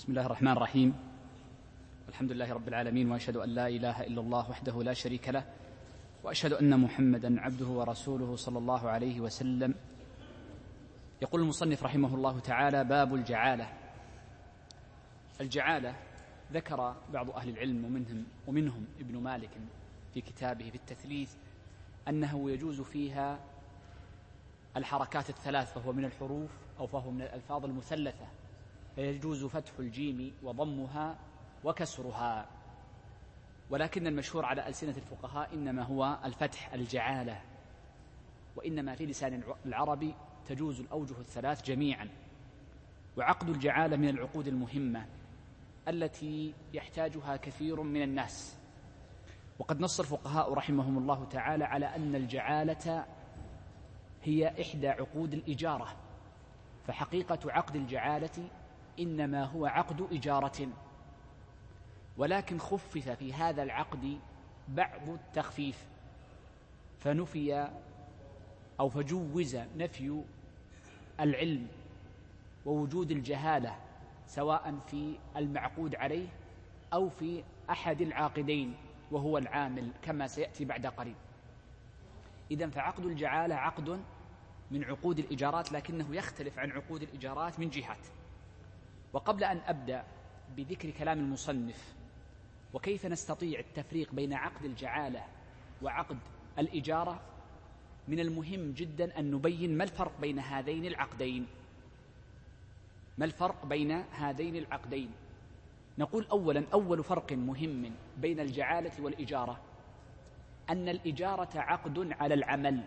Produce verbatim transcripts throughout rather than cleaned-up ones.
بسم الله الرحمن الرحيم. الحمد لله رب العالمين، وأشهد أن لا إله إلا الله وحده لا شريك له، وأشهد أن محمدا عبده ورسوله صلى الله عليه وسلم. يقول المصنف رحمه الله تعالى: باب الجعالة. الجعالة ذكر بعض أهل العلم ومنهم, ومنهم ابن مالك في كتابه في التثليث أنه يجوز فيها الحركات الثلاث، فهو من الحروف أو فهو من الألفاظ المثلثة، فيجوز فتح الجيم وضمها وكسرها، ولكن المشهور على ألسنة الفقهاء إنما هو الفتح الجعالة، وإنما في لسان العرب تجوز الأوجه الثلاث جميعا. وعقد الجعالة من العقود المهمة التي يحتاجها كثير من الناس، وقد نص الفقهاء رحمهم الله تعالى على أن الجعالة هي إحدى عقود الإجارة، فحقيقة عقد الجعالة إنما هو عقد إجارة، ولكن خفف في هذا العقد بعض التخفيف، فنفي أو فجوز نفي العلم ووجود الجهالة سواء في المعقود عليه أو في أحد العاقدين وهو العامل، كما سيأتي بعد قليل. إذن فعقد الجعالة عقد من عقود الإجارات، لكنه يختلف عن عقود الإجارات من جهات. وقبل أن أبدأ بذكر كلام المصنف وكيف نستطيع التفريق بين عقد الجعالة وعقد الإجارة، من المهم جدا أن نبين ما الفرق بين هذين العقدين ما الفرق بين هذين العقدين نقول أولا: أول فرق مهم بين الجعالة والإجارة أن الإجارة عقد على العمل،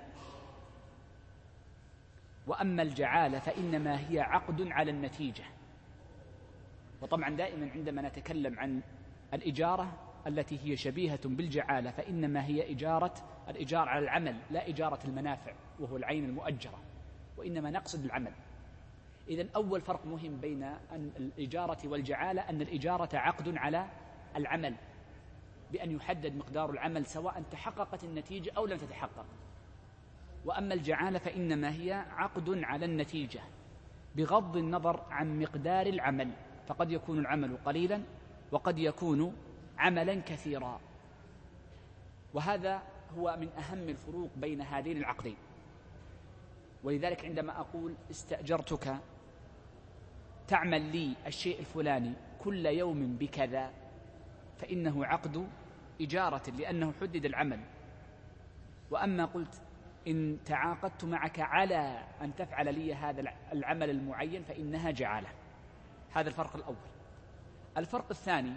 وأما الجعالة فإنما هي عقد على النتيجة. وطبعا دائما عندما نتكلم عن الإجارة التي هي شبيهة بالجعالة فإنما هي إجارة الإجارة على العمل، لا إجارة المنافع وهو العين المؤجرة، وإنما نقصد العمل. إذن أول فرق مهم بين الإجارة والجعالة أن الإجارة عقد على العمل بأن يحدد مقدار العمل سواء تحققت النتيجة أو لم تتحقق، وأما الجعالة فإنما هي عقد على النتيجة بغض النظر عن مقدار العمل، فقد يكون العمل قليلا وقد يكون عملا كثيرا. وهذا هو من أهم الفروق بين هذين العقدين. ولذلك عندما أقول استأجرتك تعمل لي الشيء الفلاني كل يوم بكذا، فإنه عقد إجارة لأنه حدد العمل. وأما قلت إن تعاقدت معك على أن تفعل لي هذا العمل المعين فإنها جعالة. هذا الفرق الأول. الفرق الثاني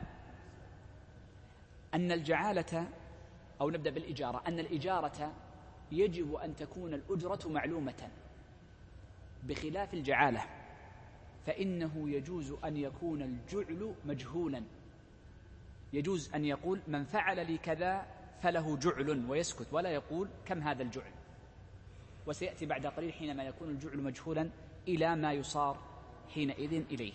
أن الجعالة، أو نبدأ بالإجارة، أن الإجارة يجب أن تكون الأجرة معلومة، بخلاف الجعالة فإنه يجوز أن يكون الجعل مجهولا. يجوز أن يقول من فعل لي كذا فله جعل ويسكت، ولا يقول كم هذا الجعل، وسيأتي بعد قليل حينما يكون الجعل مجهولا إلى ما يصار حينئذ إليه.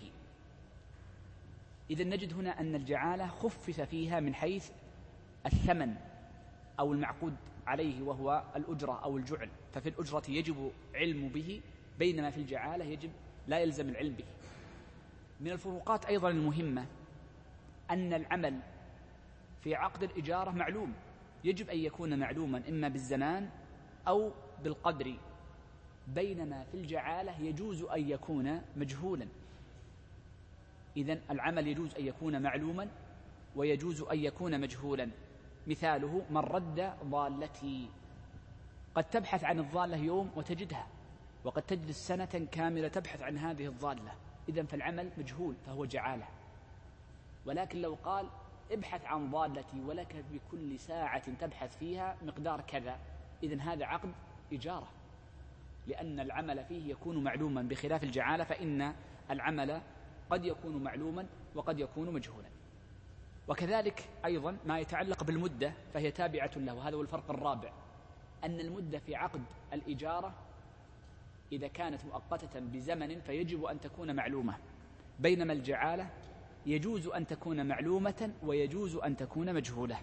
إذن نجد هنا أن الجعالة خفف فيها من حيث الثمن أو المعقود عليه وهو الأجرة أو الجعل، ففي الأجرة يجب علم به، بينما في الجعالة يجب لا يلزم العلم به. من الفروقات أيضا المهمة أن العمل في عقد الإجارة معلوم، يجب أن يكون معلوما إما بالزمان أو بالقدر، بينما في الجعالة يجوز أن يكون مجهولا. إذن العمل يجوز أن يكون معلوما ويجوز أن يكون مجهولا. مثاله: من رد ضالتي، قد تبحث عن الضالة يوم وتجدها، وقد تجلس سنة كاملة تبحث عن هذه الضالة، إذن فالعمل مجهول فهو جعالة. ولكن لو قال ابحث عن ضالتي ولك بكل ساعة تبحث فيها مقدار كذا، إذن هذا عقد إجارة، لأن العمل فيه يكون معلوما، بخلاف الجعالة فإن العمل قد يكون معلوما وقد يكون مجهولا. وكذلك أيضا ما يتعلق بالمدة فهي تابعة له، وهذا هو الفرق الرابع، أن المدة في عقد الإجارة إذا كانت مؤقتة بزمن فيجب أن تكون معلومة، بينما الجعالة يجوز أن تكون معلومة ويجوز أن تكون مجهولة.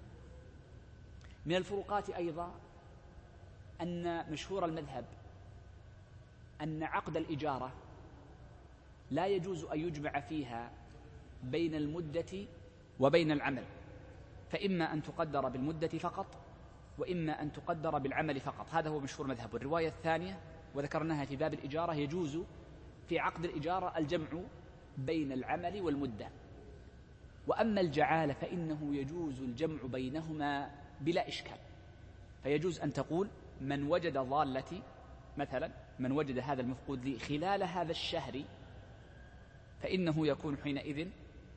من الفروقات أيضا أن مشهور المذهب أن عقد الإجارة لا يجوز أن يجمع فيها بين المدة وبين العمل، فإما أن تقدر بالمدة فقط وإما أن تقدر بالعمل فقط. هذا هو مشهور مذهب. الرواية الثانية وذكرناها في باب الإجارة، يجوز في عقد الإجارة الجمع بين العمل والمدة. وأما الجعالة فإنه يجوز الجمع بينهما بلا إشكال، فيجوز أن تقول من وجد ضالتي مثلا، من وجد هذا المفقود لي خلال هذا الشهر فإنه يكون حينئذ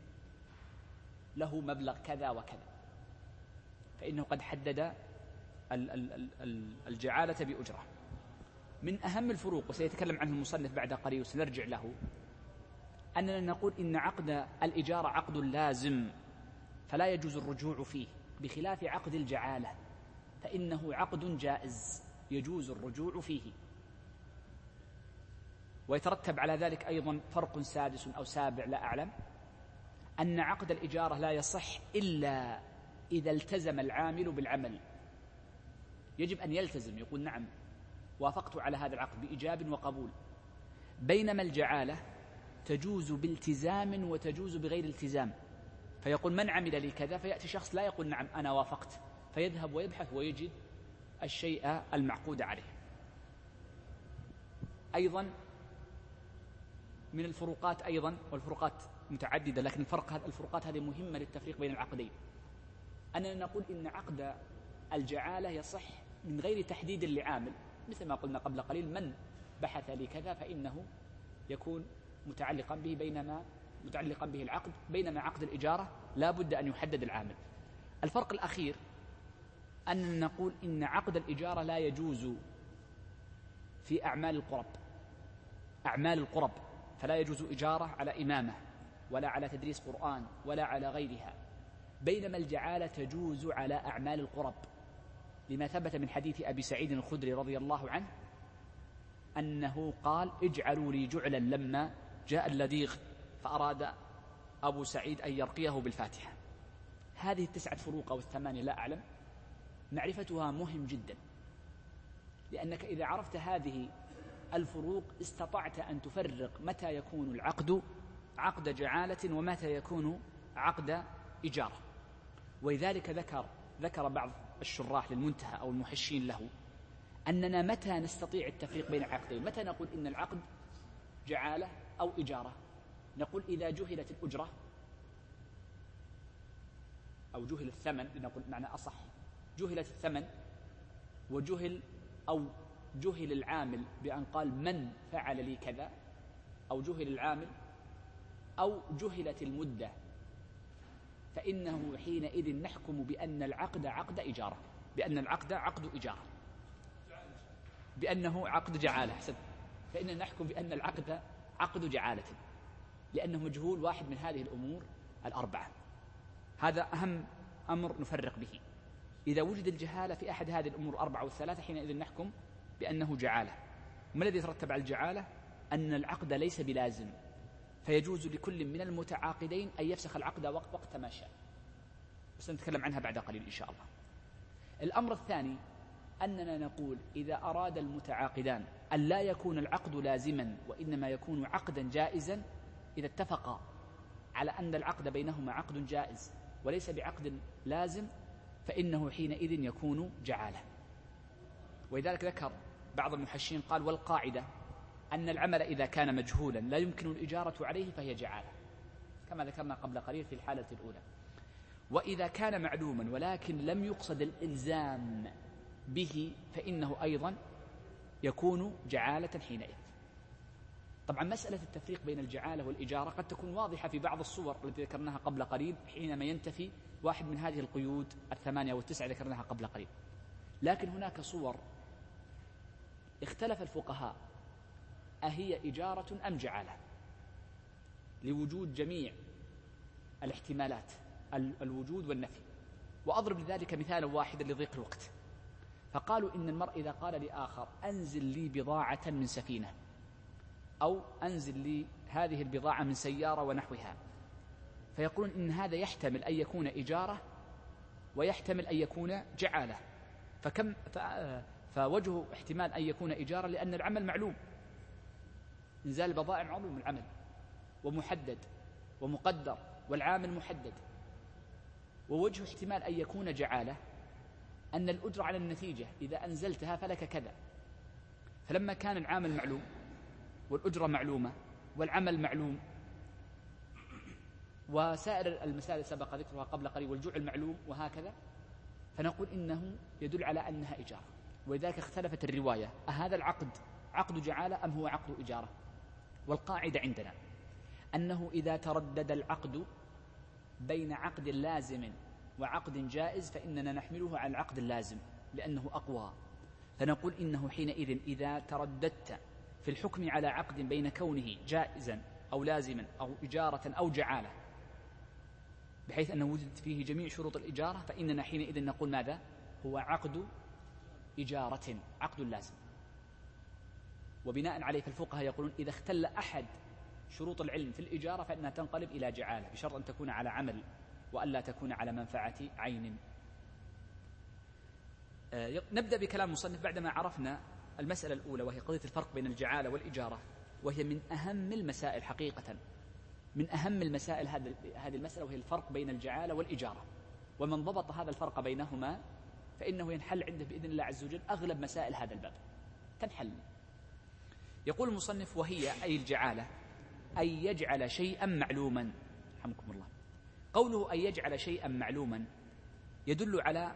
له مبلغ كذا وكذا، فإنه قد حدد الجعالة بأجرة. من أهم الفروق وسيتكلم عنه المصنف بعد قليل وسنرجع له، أننا نقول إن عقد الإجارة عقد لازم فلا يجوز الرجوع فيه، بخلاف عقد الجعالة فإنه عقد جائز يجوز الرجوع فيه. ويترتب على ذلك أيضا فرق سادس أو سابع لا أعلم، أن عقد الإجارة لا يصح إلا إذا التزم العامل بالعمل، يجب أن يلتزم، يقول نعم وافقت على هذا العقد بإيجاب وقبول. بينما الجعالة تجوز بالتزام وتجوز بغير التزام، فيقول من عمل لي كذا، فيأتي شخص لا يقول نعم أنا وافقت، فيذهب ويبحث ويجد الشيء المعقود عليه. أيضا من الفروقات أيضا، والفروقات متعددة لكن الفرق هذه الفروقات هذه مهمة للتفريق بين العقدين، أننا نقول إن عقد الجعالة يصح من غير تحديد لعامل، مثل ما قلنا قبل قليل من بحث لي كذا فإنه يكون متعلقا به، بينما متعلقا به العقد، بينما عقد الإجارة لا بد أن يحدد العامل. الفرق الأخير أننا نقول إن عقد الإجارة لا يجوز في أعمال القرب، أعمال القرب فلا يجوز إجارة على إمامة ولا على تدريس قرآن ولا على غيرها، بينما الجعالة تجوز على أعمال القرب، لما ثبت من حديث أبي سعيد الخدري رضي الله عنه أنه قال اجعلوا لي جعلا لما جاء اللديغ فأراد أبو سعيد أن يرقيه بالفاتحة. هذه التسعة فروق أو الثمانية لا أعلم، معرفتها مهم جدا، لأنك إذا عرفت هذه الفروق استطعت أن تفرق متى يكون العقد عقد جعالة ومتى يكون عقد إجارة. ولذلك ذكر ذكر بعض الشراح للمنتهى أو المحشين له أننا متى نستطيع التفريق بين العقدين، متى نقول إن العقد جعالة أو إجارة؟ نقول إذا جهلت الأجرة أو جهل الثمن، لنقول معنى أصح، جهلت الثمن وجهل أو جهل العامل بأن قال من فعل لي كذا، أو جهل العامل أو جهلت المدة، فإنه حينئذ نحكم بأن العقد عقد إجارة، بأن العقد عقد إجارة، بأنه عقد جعالة، حسن، فإننا نحكم بأن العقد عقد جعالة، لأنه مجهول واحد من هذه الأمور الأربعة. هذا أهم أمر نفرق به. إذا وجد الجهالة في أحد هذه الأمور الأربعة والثلاثة حينئذ نحكم بأنه جعالة. ما الذي يترتب على الجعالة؟ أن العقد ليس بلازم، فيجوز لكل من المتعاقدين أن يفسخ العقد وقت وقت ما شاء، وسنتكلم عنها بعد قليل إن شاء الله. الأمر الثاني أننا نقول إذا أراد المتعاقدان أن لا يكون العقد لازما وإنما يكون عقدا جائزا، إذا اتفقا على أن العقد بينهما عقد جائز وليس بعقد لازم، فإنه حينئذ يكون جعالة. ولذلك ذكر بعض المحشين قال والقاعدة أن العمل إذا كان مجهولا لا يمكن الإجارة عليه فهي جعالة، كما ذكرنا قبل قليل في الحالة الأولى. وإذا كان معلوما ولكن لم يقصد الإلزام به فإنه أيضا يكون جعالة حينئذ. طبعا مسألة التفريق بين الجعالة والإجارة قد تكون واضحة في بعض الصور التي ذكرناها قبل قليل حينما ينتفي واحد من هذه القيود الثمانية والتسعة ذكرناها قبل قليل، لكن هناك صور اختلف الفقهاء أهي إجارة أم جعالة، لوجود جميع الاحتمالات، الوجود والنفي. وأضرب لذلك مثالا واحدا لضيق الوقت، فقالوا إن المرء إذا قال لآخر أنزل لي بضاعة من سفينة أو أنزل لي هذه البضاعة من سيارة ونحوها، فيقولون إن هذا يحتمل أن يكون إجارة ويحتمل أن يكون جعالة. فكم فوجه احتمال أن يكون إجارة لأن العمل معلوم، إنزال البضائع معلوم العمل ومحدد ومقدر والعامل محدد. ووجه احتمال أن يكون جعالة أن الأجرة على النتيجة إذا أنزلتها فلك كذا، فلما كان العامل معلوم والأجرة معلومة والعمل معلوم وسائر المسائل سبق ذكرها قبل قليل والجعل معلوم وهكذا، فنقول إنه يدل على أنها إجارة. ولذلك اختلفت الرواية، أهذا العقد عقد جعالة أم هو عقد إجارة؟ والقاعدة عندنا أنه إذا تردد العقد بين عقد لازم وعقد جائز فإننا نحمله على العقد اللازم لأنه أقوى، فنقول إنه حينئذ إذا ترددت في الحكم على عقد بين كونه جائزا أو لازما أو إجارة أو جعالة بحيث أنه وجدت فيه جميع شروط الإجارة، فإننا حينئذ نقول ماذا؟ هو عقد إجارة، عقد لازم. وبناء عليه فالفقهاء يقولون إذا اختل أحد شروط العلم في الإجارة فإنها تنقلب إلى جعالة بشرط أن تكون على عمل وألا تكون على منفعة عين. آه نبدأ بكلام المصنف بعدما عرفنا المسألة الأولى وهي قضية الفرق بين الجعالة والإجارة، وهي من أهم المسائل حقيقة، من أهم المسائل هذه المسألة، وهي الفرق بين الجعالة والإجارة. ومن ضبط هذا الفرق بينهما فإنه ينحل عنده بإذن الله عز وجل أغلب مسائل هذا الباب تنحل. يقول المصنف وهي أي الجعالة أن يجعل شيئا معلوما. رحمكم الله. قوله أن يجعل شيئا معلوما يدل على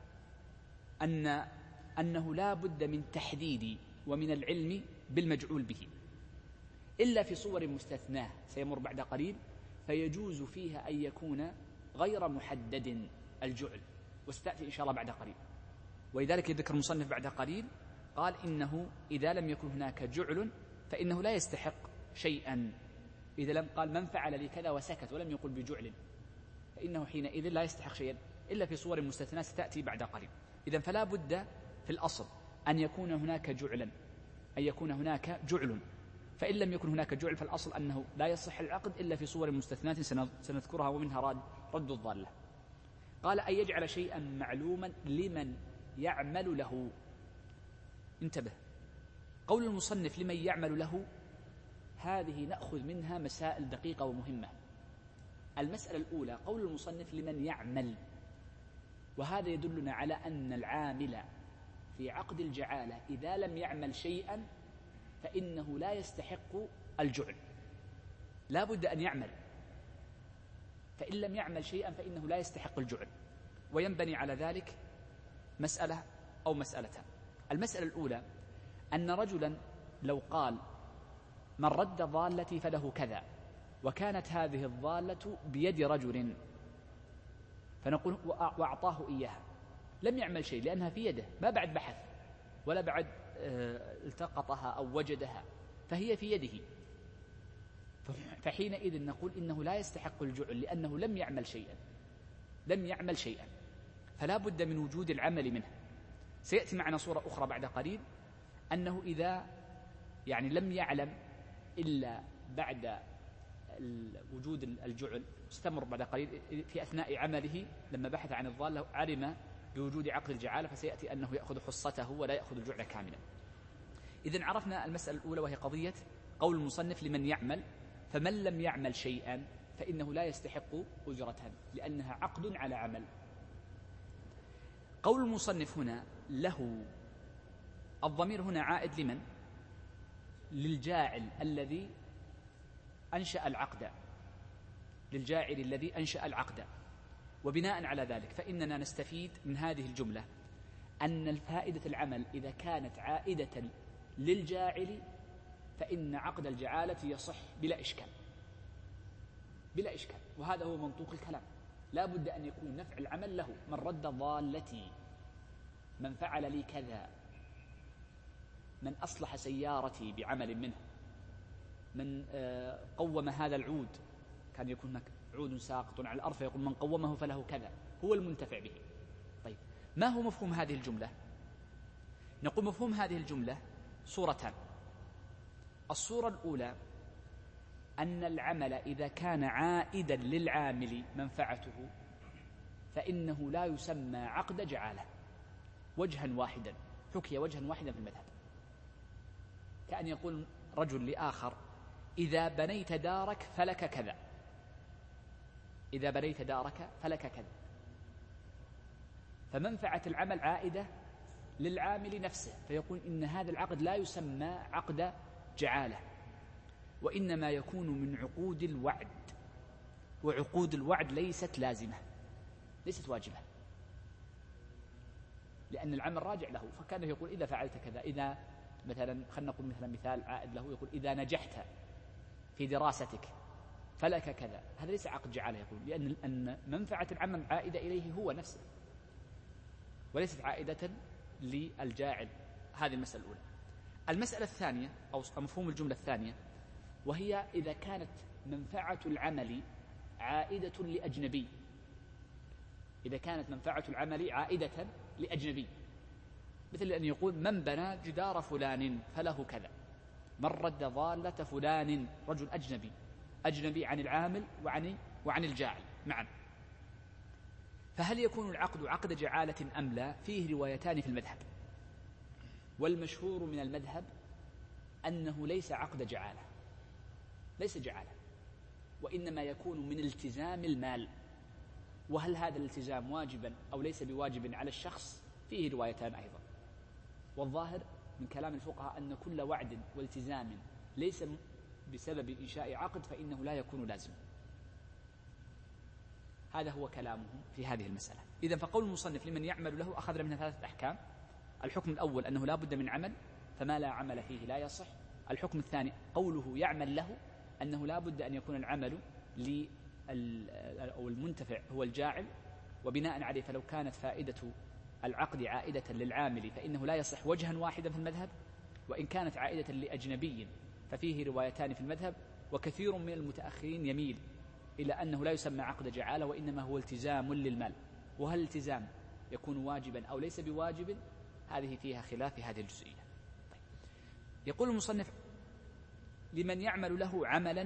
أن أنه لا بد من تحديد ومن العلم بالمجعول به إلا في صور مستثناة سيمر بعد قليل، فيجوز فيها أن يكون غير محدد الجعل، وستأتي إن شاء الله بعد قليل. ولذلك يذكر المصنف بعد قليل قال إنه إذا لم يكن هناك جعل فإنه لا يستحق شيئا. إذا لم قال من فعل لي كذا وسكت ولم يقل بجعل فإنه حينئذ لا يستحق شيئا إلا في صور مستثناة ستأتي بعد قليل. إذن فلا بد في الأصل أن يكون هناك جعلا، أن يكون هناك جعل، فإن لم يكن هناك جعل فالأصل أنه لا يصح العقد إلا في صور مستثنات سنذكرها ومنها رد, رد الضالة. قال أن يجعل شيئا معلوما لمن يعمل له. انتبه، قول المصنف لمن يعمل له هذه نأخذ منها مسائل دقيقة ومهمة. المسألة الأولى قول المصنف لمن يعمل، وهذا يدلنا على أن العامل في عقد الجعالة إذا لم يعمل شيئا فإنه لا يستحق الجعل، لا بد أن يعمل، فإن لم يعمل شيئا فإنه لا يستحق الجعل. وينبني على ذلك مسألة أو مسألتان. المسألة الأولى أن رجلا لو قال من رد ضالتي فله كذا، وكانت هذه الضالة بيد رجل فنقول وأعطاه إياها، لم يعمل شيء لأنها في يده، ما بعد بحث ولا بعد التقطها أو وجدها، فهي في يده، فحينئذ نقول إنه لا يستحق الجعل لأنه لم يعمل شيئا، لم يعمل شيئا، فلا بد من وجود العمل منه. سيأتي معنا صورة أخرى بعد قليل أنه إذا يعني لم يعلم إلا بعد وجود الجعل، استمر بعد قليل في أثناء عمله لما بحث عن الضالة علم بوجود عقد الجعالة، فسيأتي أنه يأخذ حصته ولا يأخذ الجعل كاملا. إذن عرفنا المسألة الأولى وهي قضية قول المصنف لمن يعمل، فمن لم يعمل شيئا فإنه لا يستحق أجرة لأنها عقد على عمل. قول المصنف هنا له، الضمير هنا عائد لمن؟ للجاعل الذي أنشأ العقد، للجاعل الذي أنشأ العقد. وبناء على ذلك فإننا نستفيد من هذه الجملة أن الفائدة العمل إذا كانت عائدة للجاعل فإن عقد الجعالة يصح بلا إشكال، بلا إشكال. وهذا هو منطوق الكلام، لا بد أن يكون نفع العمل له. من رد ضالتي، من فعل لي كذا، من أصلح سيارتي بعمل منه، من قوم هذا العود، كان يكون هناك عود ساقط على الأرض فيقول من قومه فله كذا، هو المنتفع به. طيب ما هو مفهوم هذه الجملة؟ نقول مفهوم هذه الجملة صورتان. الصورة الأولى أن العمل إذا كان عائدا للعامل منفعته فإنه لا يسمى عقد جعالة، وجها واحدا، حكي وجها واحدا في المذهب. كأن يقول رجل لآخر إذا بنيت دارك فلك كذا، إذا بنيت دارك فلك كذا. فمنفعة العمل عائدة للعامل نفسه، فيقول إن هذا العقد لا يسمى عقد جعالة، وإنما يكون من عقود الوعد، وعقود الوعد ليست لازمة، ليست واجبة، لأن العمل راجع له. فكان يقول إذا فعلت كذا، إذا مثلا خلنا نقول مثلا مثال عائد له، يقول إذا نجحت في دراستك فلك كذا. هذا ليس عقد جعالة، يقول لأن أن منفعة العمل عائدة إليه هو نفسه، وليست عائدة للجاعل. هذه المسألة الأولى. المسألة الثانية أو مفهوم الجملة الثانية، وهي إذا كانت منفعة العمل عائدة لأجنبي. إذا كانت منفعة العمل عائدة لأجنبي، مثل أن يقول من بنى جدار فلان فله كذا، من رد ضالة فلان، رجل أجنبي، أجنبي عن العامل وعن وعن الجاعل معا. فهل يكون العقد عقد جعالة أم لا؟ فيه روايتان في المذهب، والمشهور من المذهب أنه ليس عقد جعالة، ليس جعالة، وإنما يكون من التزام المال. وهل هذا الالتزام واجبا أو ليس بواجب على الشخص؟ فيه روايتان أيضا. والظاهر من كلام الفقهاء أن كل وعد والتزام ليس بسبب إنشاء عقد فإنه لا يكون لازم. هذا هو كلامهم في هذه المسألة. إذن فقول المصنف لمن يعمل له أخذنا منها ثلاثة أحكام. الحكم الأول أنه لا بد من عمل، فما لا عمل فيه لا يصح. الحكم الثاني قوله يعمل له، أنه لا بد أن يكون العمل أو المنتفع هو الجاعل، وبناء عليه فلو كانت فائدة العقد عائدة للعامل فإنه لا يصح وجها واحدا في المذهب، وإن كانت عائدة لأجنبي ففيه روايتان في المذهب. وكثير من المتأخرين يميل إلى أنه لا يسمى عقد جعالة، وإنما هو التزام للمال. وهل الالتزام يكون واجبا أو ليس بواجب؟ هذه فيها خلاف في هذه الجزئية. طيب. يقول المصنف لمن يعمل له عملا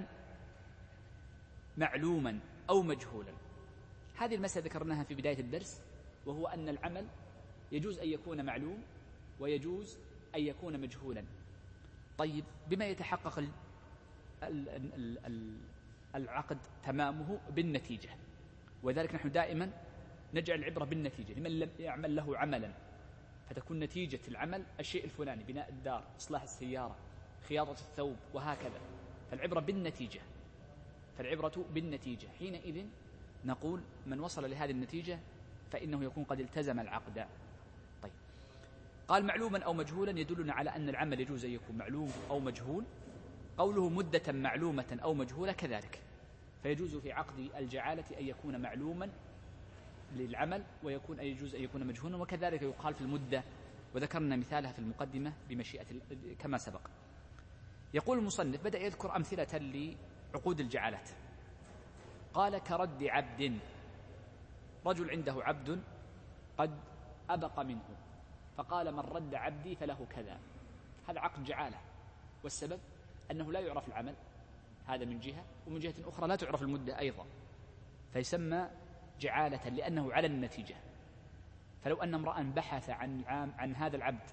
معلوما أو مجهولا. هذه المسألة ذكرناها في بداية الدرس، وهو أن العمل يجوز أن يكون معلوم ويجوز أن يكون مجهولا. طيب، بما يتحقق ال ال ال ال العقد تمامه؟ بالنتيجة. وذلك نحن دائما نجعل العبرة بالنتيجة. لمن لم يعمل له عملا فتكون نتيجة العمل الشيء الفلاني، بناء الدار، إصلاح السيارة، خياطة الثوب، وهكذا. فالعبرة بالنتيجة، فالعبرة بالنتيجة. حينئذ نقول من وصل لهذه النتيجة فإنه يكون قد التزم العقد. طيب، قال معلوما أو مجهولا يدلنا على أن العمل يجوز أن يكون معلوم أو مجهول. قوله مدة معلومة أو مجهولة كذلك، فيجوز في عقد الجعالة أن يكون معلوما للعمل، ويكون أن يجوز أن يكون مجهولا، وكذلك يقال في المدة، وذكرنا مثالها في المقدمة بمشيئة كما سبق. يقول المصنف بدأ يذكر أمثلة لعقود الجعالات. قال كرد عبد، رجل عنده عبد قد أبق منه، فقال من رد عبدي فله كذا. هذا عقد جعالة، والسبب أنه لا يعرف العمل، هذا من جهة، ومن جهة أخرى لا تعرف المدة أيضا، فيسمى جعالة لأنه على النتيجة. فلو أن امرأ بحث عن العام عن هذا العبد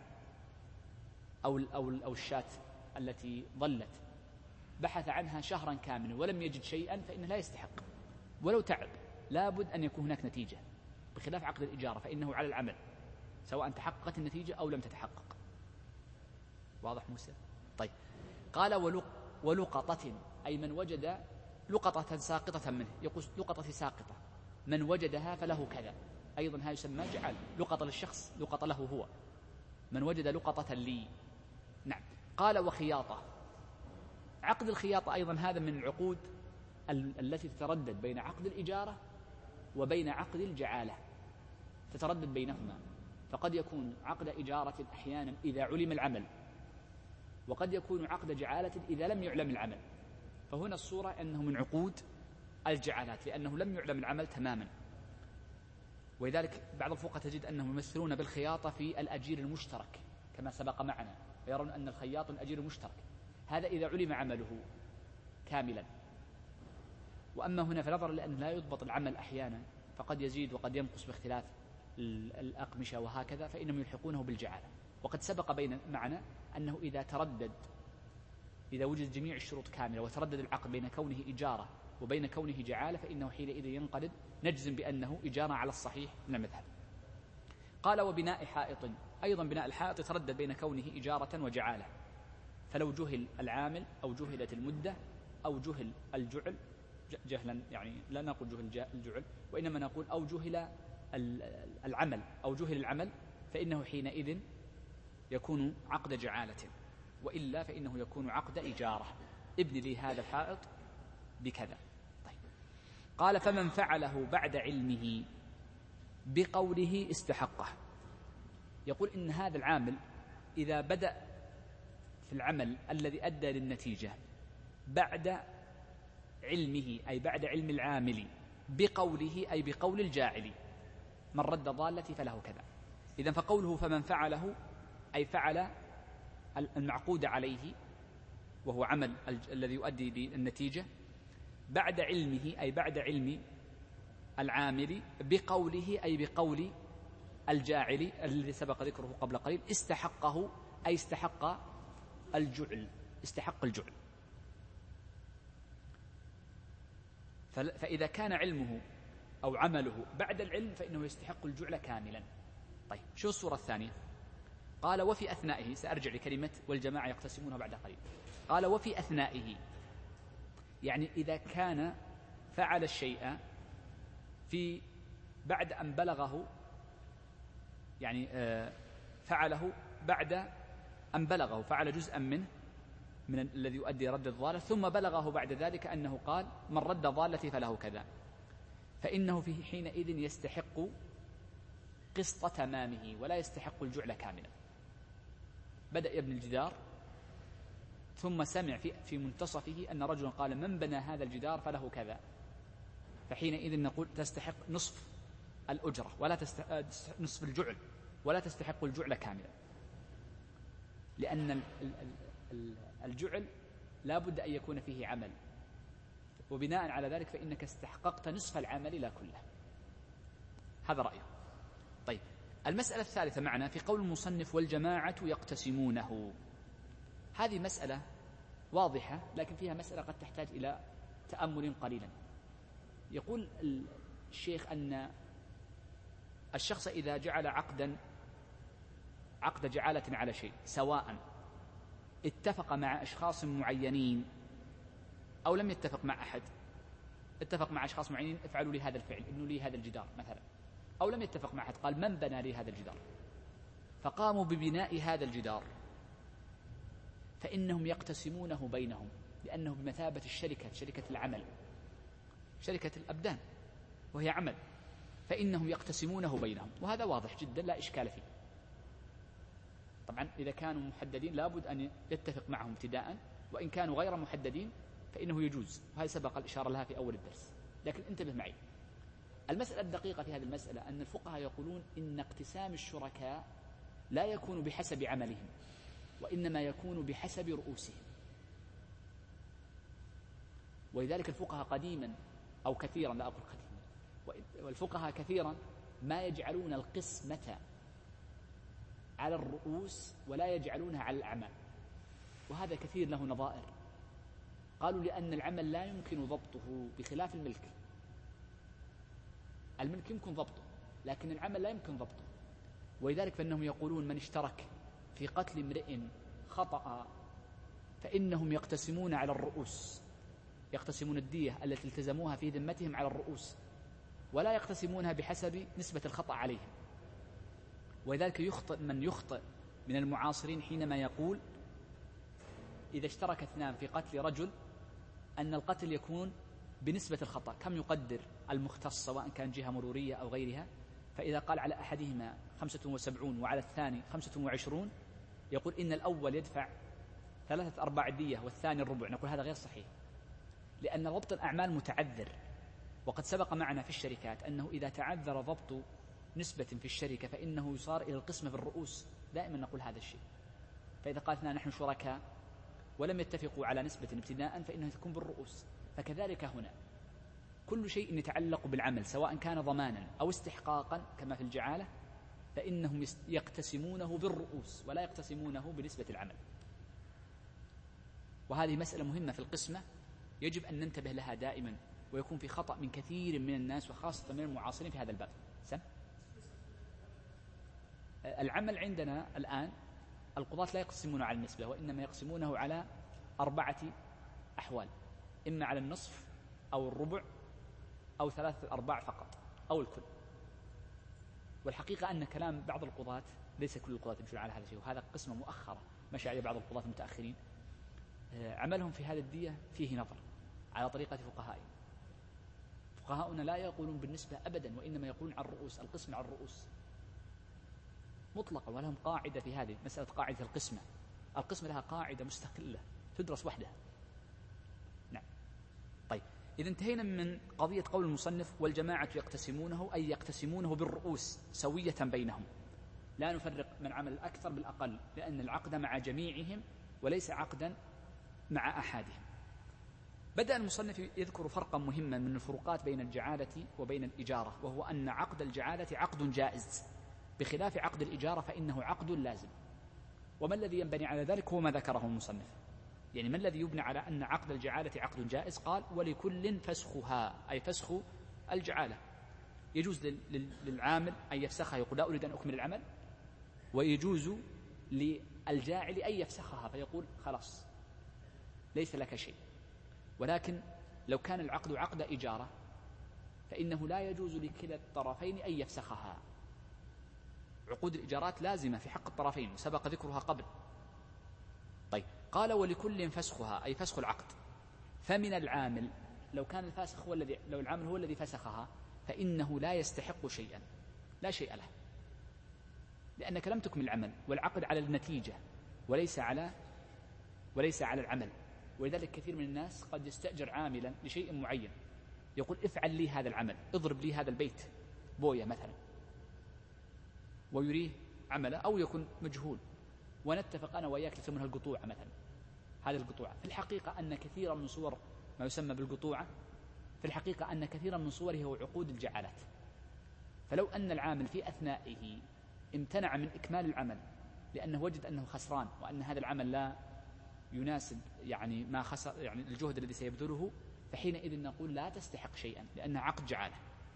أو أو أو الشاة التي ضلت، بحث عنها شهرا كاملا ولم يجد شيئا، فإنه لا يستحق ولو تعب. لابد أن يكون هناك نتيجة، بخلاف عقد الإجارة فإنه على العمل سواء تحققت النتيجة أو لم تتحقق. واضح موسى؟ طيب. قال ولق ولقطة، أي من وجد لقطة ساقطة منه، يقول لقطة ساقطة، من وجدها فله كذا. أيضا هذا يسمى جعل، لقطة للشخص، لقطة له هو، من وجد لقطة لي. نعم. قال وخياطة، عقد الخياطة أيضا هذا من العقود التي تتردد بين عقد الإجارة وبين عقد الجعالة، تتردد بينهما. فقد يكون عقد إجارة أحيانا إذا علم العمل، وقد يكون عقد جعالة إذا لم يعلم العمل. فهنا الصورة أنه من عقود الجعالات لأنه لم يعلم العمل تماما. ولذلك بعض الفقهاء تجد أنهم يمثلون بالخياطة في الأجير المشترك كما سبق معنا، ويرون أن الخياط الأجير المشترك، هذا إذا علم عمله كاملا. وأما هنا فنظرا لأن لا يضبط العمل أحيانا، فقد يزيد وقد ينقص باختلاف الأقمشة وهكذا، فإنهم يلحقونه بالجعالة. وقد سبق بين معنا أنه إذا تردد، إذا وجد جميع الشروط كاملة وتردد العقد بين كونه إجارة وبين كونه جعالة فإنه حينئذ ينقلب نجزم بأنه إجارة على الصحيح من المذهب. قال وبناء حائط، أيضا بناء الحائط يتردد بين كونه إجارة وجعالة، فلو جهل العامل أو جهلت المدة أو جهل الجعل جهلا، يعني لا نقول جهل الجعل وإنما نقول أو جهل العمل أو جهل العمل، فإنه حينئذ يكون عقد جعالة، وإلا فإنه يكون عقد إجارة. ابن لي هذا الحائط بكذا. طيب. قال فمن فعله بعد علمه بقوله استحقه، يقول إن هذا العامل إذا بدأ في العمل الذي أدى للنتيجة بعد علمه، أي بعد علم العامل، بقوله أي بقول الجاعل، من رد ضالتي فله كذا. إذن فقوله فمن فعله أي فعل المعقود عليه وهو عمل الذي يؤدي للنتيجة بعد علمه أي بعد علم العامل، بقوله أي بقول الجاعل الذي سبق ذكره قبل قليل، استحقه أي استحق الجعل، استحق الجعل. فإذا كان علمه أو عمله بعد العلم فإنه يستحق الجعل كاملا. طيب شو الصورة الثانية؟ قال وفي أثنائه، سأرجع لكلمة والجماعة يقتسمونها بعد قليل. قال وفي أثنائه، يعني إذا كان فعل الشيء في بعد أن بلغه، يعني فعله بعد أن بلغه، فعل جزءا منه من الذي يؤدي رد الضالة، ثم بلغه بعد ذلك أنه قال من رد ضالتي فله كذا، فإنه في حينئذ يستحق قسط تمامه ولا يستحق الجعل كاملا. بدأ يبني الجدار ثم سمع في, في منتصفه أن رجلا قال من بنى هذا الجدار فله كذا، فحينئذ نقول تستحق نصف الأجرة ولا تستحق نصف الجعل ولا تستحق الجعل كاملا، لأن الجعل لا بد أن يكون فيه عمل، وبناء على ذلك فإنك استحققت نصف العمل لا كله. هذا رأيه. طيب المسألة الثالثة معنا في قول المصنف والجماعة يقتسمونه، هذه مسألة واضحة لكن فيها مسألة قد تحتاج إلى تأمل قليلا. يقول الشيخ أن الشخص إذا جعل عقدا عقد جعالة على شيء، سواء اتفق مع أشخاص معينين أو لم يتفق مع أحد، اتفق مع أشخاص معينين افعلوا لي هذا الفعل، ابنوا لي هذا الجدار مثلا، أو لم يتفق مع أحد قال من بنى لي هذا الجدار، فقاموا ببناء هذا الجدار، فإنهم يقتسمونه بينهم، لأنه بمثابة الشركة، شركة العمل، شركة الأبدان وهي عمل، فإنهم يقتسمونه بينهم، وهذا واضح جدا لا إشكال فيه. طبعا إذا كانوا محددين لابد أن يتفق معهم ابتداء، وإن كانوا غير محددين فإنه يجوز، وهذا سبق الإشارة لها في أول الدرس. لكن انتبه معي، المسألة الدقيقة في هذه المسألة أن الفقهاء يقولون إن اقتسام الشركاء لا يكون بحسب عملهم، وإنما يكون بحسب رؤوسهم. ولذلك الفقهاء قديما أو كثيرا، لا أقول قديما، والفقهاء كثيرا ما يجعلون القسمة على الرؤوس ولا يجعلونها على الأعمال، وهذا كثير له نظائر. قالوا لأن العمل لا يمكن ضبطه بخلاف الملك، الملك يمكن ضبطه لكن العمل لا يمكن ضبطه، ولذلك فإنهم يقولون من اشترك في قتل امرئ خطأ فإنهم يقتسمون على الرؤوس، يقتسمون الدية التي التزموها في ذمتهم على الرؤوس، ولا يقتسمونها بحسب نسبة الخطأ عليهم. ولذلك يخطئ من يخطئ من المعاصرين حينما يقول إذا اشترك اثنان في قتل رجل أن القتل يكون بنسبة الخطأ، كم يقدر المختص سواء كان جهة مرورية أو غيرها، فإذا قال على أحدهما خمسة وسبعون وعلى الثاني خمسة وعشرون يقول إن الأول يدفع ثلاثة أرباع الدية والثاني الربع، نقول هذا غير صحيح، لأن ضبط الأعمال متعذر. وقد سبق معنا في الشركات أنه إذا تعذر ضبط نسبة في الشركة فإنه يصار إلى القسمة بالرؤوس، دائما نقول هذا الشيء. فإذا قالنا نحن شركاء ولم يتفقوا على نسبة ابتداء فإنه تكون بالرؤوس. فكذلك هنا كل شيء يتعلق بالعمل سواء كان ضمانا أو استحقاقا كما في الجعالة فإنهم يقتسمونه بالرؤوس ولا يقتسمونه بنسبة العمل. وهذه مسألة مهمة في القسمة يجب أن ننتبه لها دائما ويكون في خطأ من كثير من الناس وخاصة من المعاصرين في هذا الباب. سم العمل عندنا الآن القضاة لا يقسمونه على النسبة، وإنما يقسمونه على أربعة أحوال: إما على النصف أو الربع أو ثلاثة الأرباع فقط أو الكل. والحقيقة أن كلام بعض القضاة، ليس كل القضاة يمشون على هذا الشيء، وهذا قسمة مؤخرة مشى عليه بعض القضاة المتأخرين، عملهم في هذه الدية فيه نظر على طريقة فقهائهم. فقهاؤنا لا يقولون بالنسبة أبدا، وإنما يقولون عن الرؤوس، القسم عن الرؤوس مطلقا، ولهم قاعدة في هذه مسألة قاعدة القسمة. القسمة لها قاعدة مستقلة تدرس وحدها. نعم. طيب، إذا انتهينا من قضية قول المصنف والجماعة يقتسمونه، أي يقتسمونه بالرؤوس سوية بينهم، لا نفرق من عمل الأكثر بالأقل، لأن العقد مع جميعهم وليس عقدا مع أحدهم. بدأ المصنف يذكر فرقا مهما من الفروقات بين الجعالة وبين الإجارة، وهو أن عقد الجعالة عقد جائز بخلاف عقد الإجارة فإنه عقد لازم. وما الذي ينبني على ذلك هو ما ذكره المصنف. يعني ما الذي يبنى على أن عقد الجعالة عقد جائز؟ قال: ولكل فسخها، أي فسخ الجعالة. يجوز للعامل أن يفسخها، يقول لا أريد أن أكمل العمل، ويجوز للجاعل أن يفسخها فيقول خلاص ليس لك شيء. ولكن لو كان العقد عقد إجارة فإنه لا يجوز لكلا الطرفين أن يفسخها. عقود الإجارات لازمة في حق الطرفين وسبق ذكرها قبل. طيب، قال: ولكل فسخها، أي فسخ العقد. فمن العامل، لو كان الفاسخ هو الذي لو العامل هو الذي فسخها فإنه لا يستحق شيئا، لا شيء له، لأنك لم تكمل العمل، والعقد على النتيجة وليس على وليس على العمل. ولذلك كثير من الناس قد يستأجر عاملا لشيء معين، يقول افعل لي هذا العمل، اضرب لي هذا البيت بوية مثلا، ويريه عمله، أو يكون مجهول، ونتفق أنا وإياك نسمونها القطوعة مثلا. هذه القطوعة في الحقيقة أن كثيرا من صور ما يسمى بالقطوعة في الحقيقة أن كثيرا من صوره هو عقود الجعالات. فلو أن العامل في أثنائه امتنع من إكمال العمل لأنه وجد أنه خسران، وأن هذا العمل لا يناسب يعني ما خسر، يعني الجهد الذي سيبذله، فحينئذ نقول لا تستحق شيئا لأنها عقد جعالة.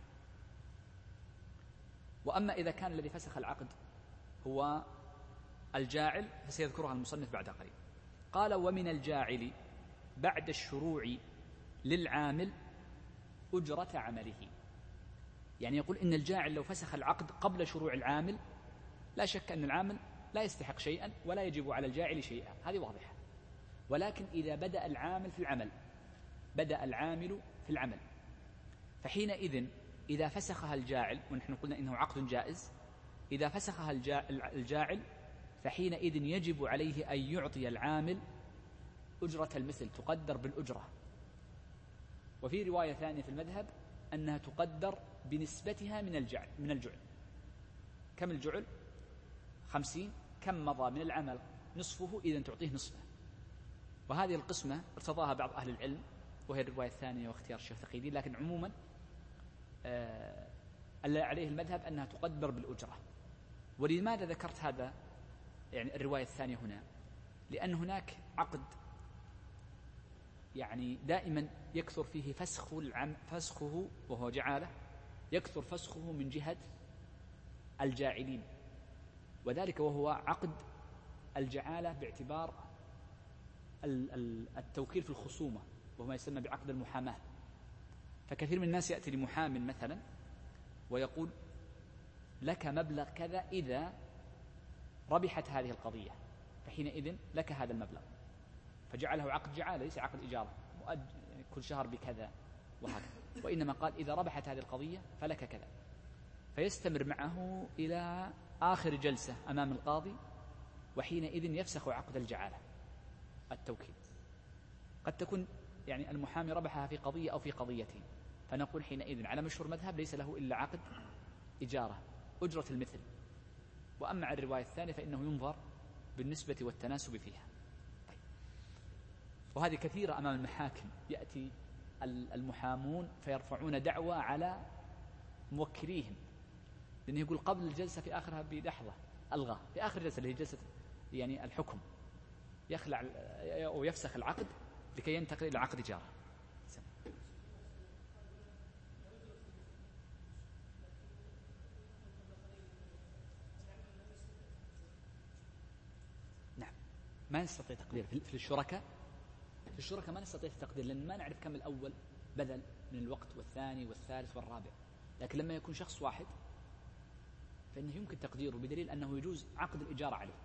وأما إذا كان الذي فسخ العقد هو الجاعل فسيذكرها المصنف بعد قليل. قال: ومن الجاعل بعد الشروع للعامل أجرة عمله. يعني يقول إن الجاعل لو فسخ العقد قبل شروع العامل لا شك أن العامل لا يستحق شيئا ولا يجب على الجاعل شيئا، هذه واضحة. ولكن إذا بدأ العامل في العمل بدأ العامل في العمل فحينئذ إذا فسخها الجاعل، ونحن قلنا إنه عقد جائز، إذا فسخها الجاعل فحينئذ يجب عليه أن يعطي العامل أجرة المثل، تقدر بالأجرة. وفي رواية ثانية في المذهب أنها تقدر بنسبتها من الجعل من الجعل. كم الجعل؟ خمسين. كم مضى من العمل؟ نصفه، إذن تعطيه نصفه. وهذه القسمة ارتضاها بعض أهل العلم، وهي الرواية الثانية واختيار الشيخ تقيدي، لكن عموما آه عليه المذهب أنها تقدر بالأجرة. ولماذا ذكرت هذا يعني الرواية الثانية هنا؟ لأن هناك عقد يعني دائما يكثر فيه فسخ العم فسخه وهو جعالة، يكثر فسخه من جهة الجاعلين، وذلك وهو عقد الجعالة باعتبار التوكيل في الخصومة، وهو ما يسمى بعقد المحاماة. فكثير من الناس يأتي لمحام مثلا ويقول لك مبلغ كذا إذا ربحت هذه القضية، فحينئذ لك هذا المبلغ، فجعله عقد جعالة ليس عقد إجارة مؤجل يعني كل شهر بكذا وهكذا، وإنما قال إذا ربحت هذه القضية فلك كذا، فيستمر معه إلى آخر جلسة أمام القاضي، وحينئذ يفسخ عقد الجعالة التوكيل. قد تكون يعني المحامي ربحها في قضية أو في قضيتين، فنقول حينئذ على مشهور مذهب ليس له إلا عقد إجارة أجرة المثل. وأما عن الرواية الثانية فإنه ينظر بالنسبة والتناسب فيها. طيب. وهذه كثيرة أمام المحاكم، يأتي المحامون فيرفعون دعوى على موكليهم، لأنه يقول قبل الجلسة في آخرها بلحظة ألغى، في آخر جلسة اللي هي جلسة يعني الحكم يخلع أو يفسخ العقد لكي ينتقل إلى عقد إجارة. ما نستطيع تقدير. في الشركاء في الشركاء ما نستطيع التقدير، لأن ما نعرف كم الأول بذل من الوقت والثاني والثالث والرابع. لكن لما يكون شخص واحد فإنه يمكن تقديره، بدليل أنه يجوز عقد الإجارة عليه.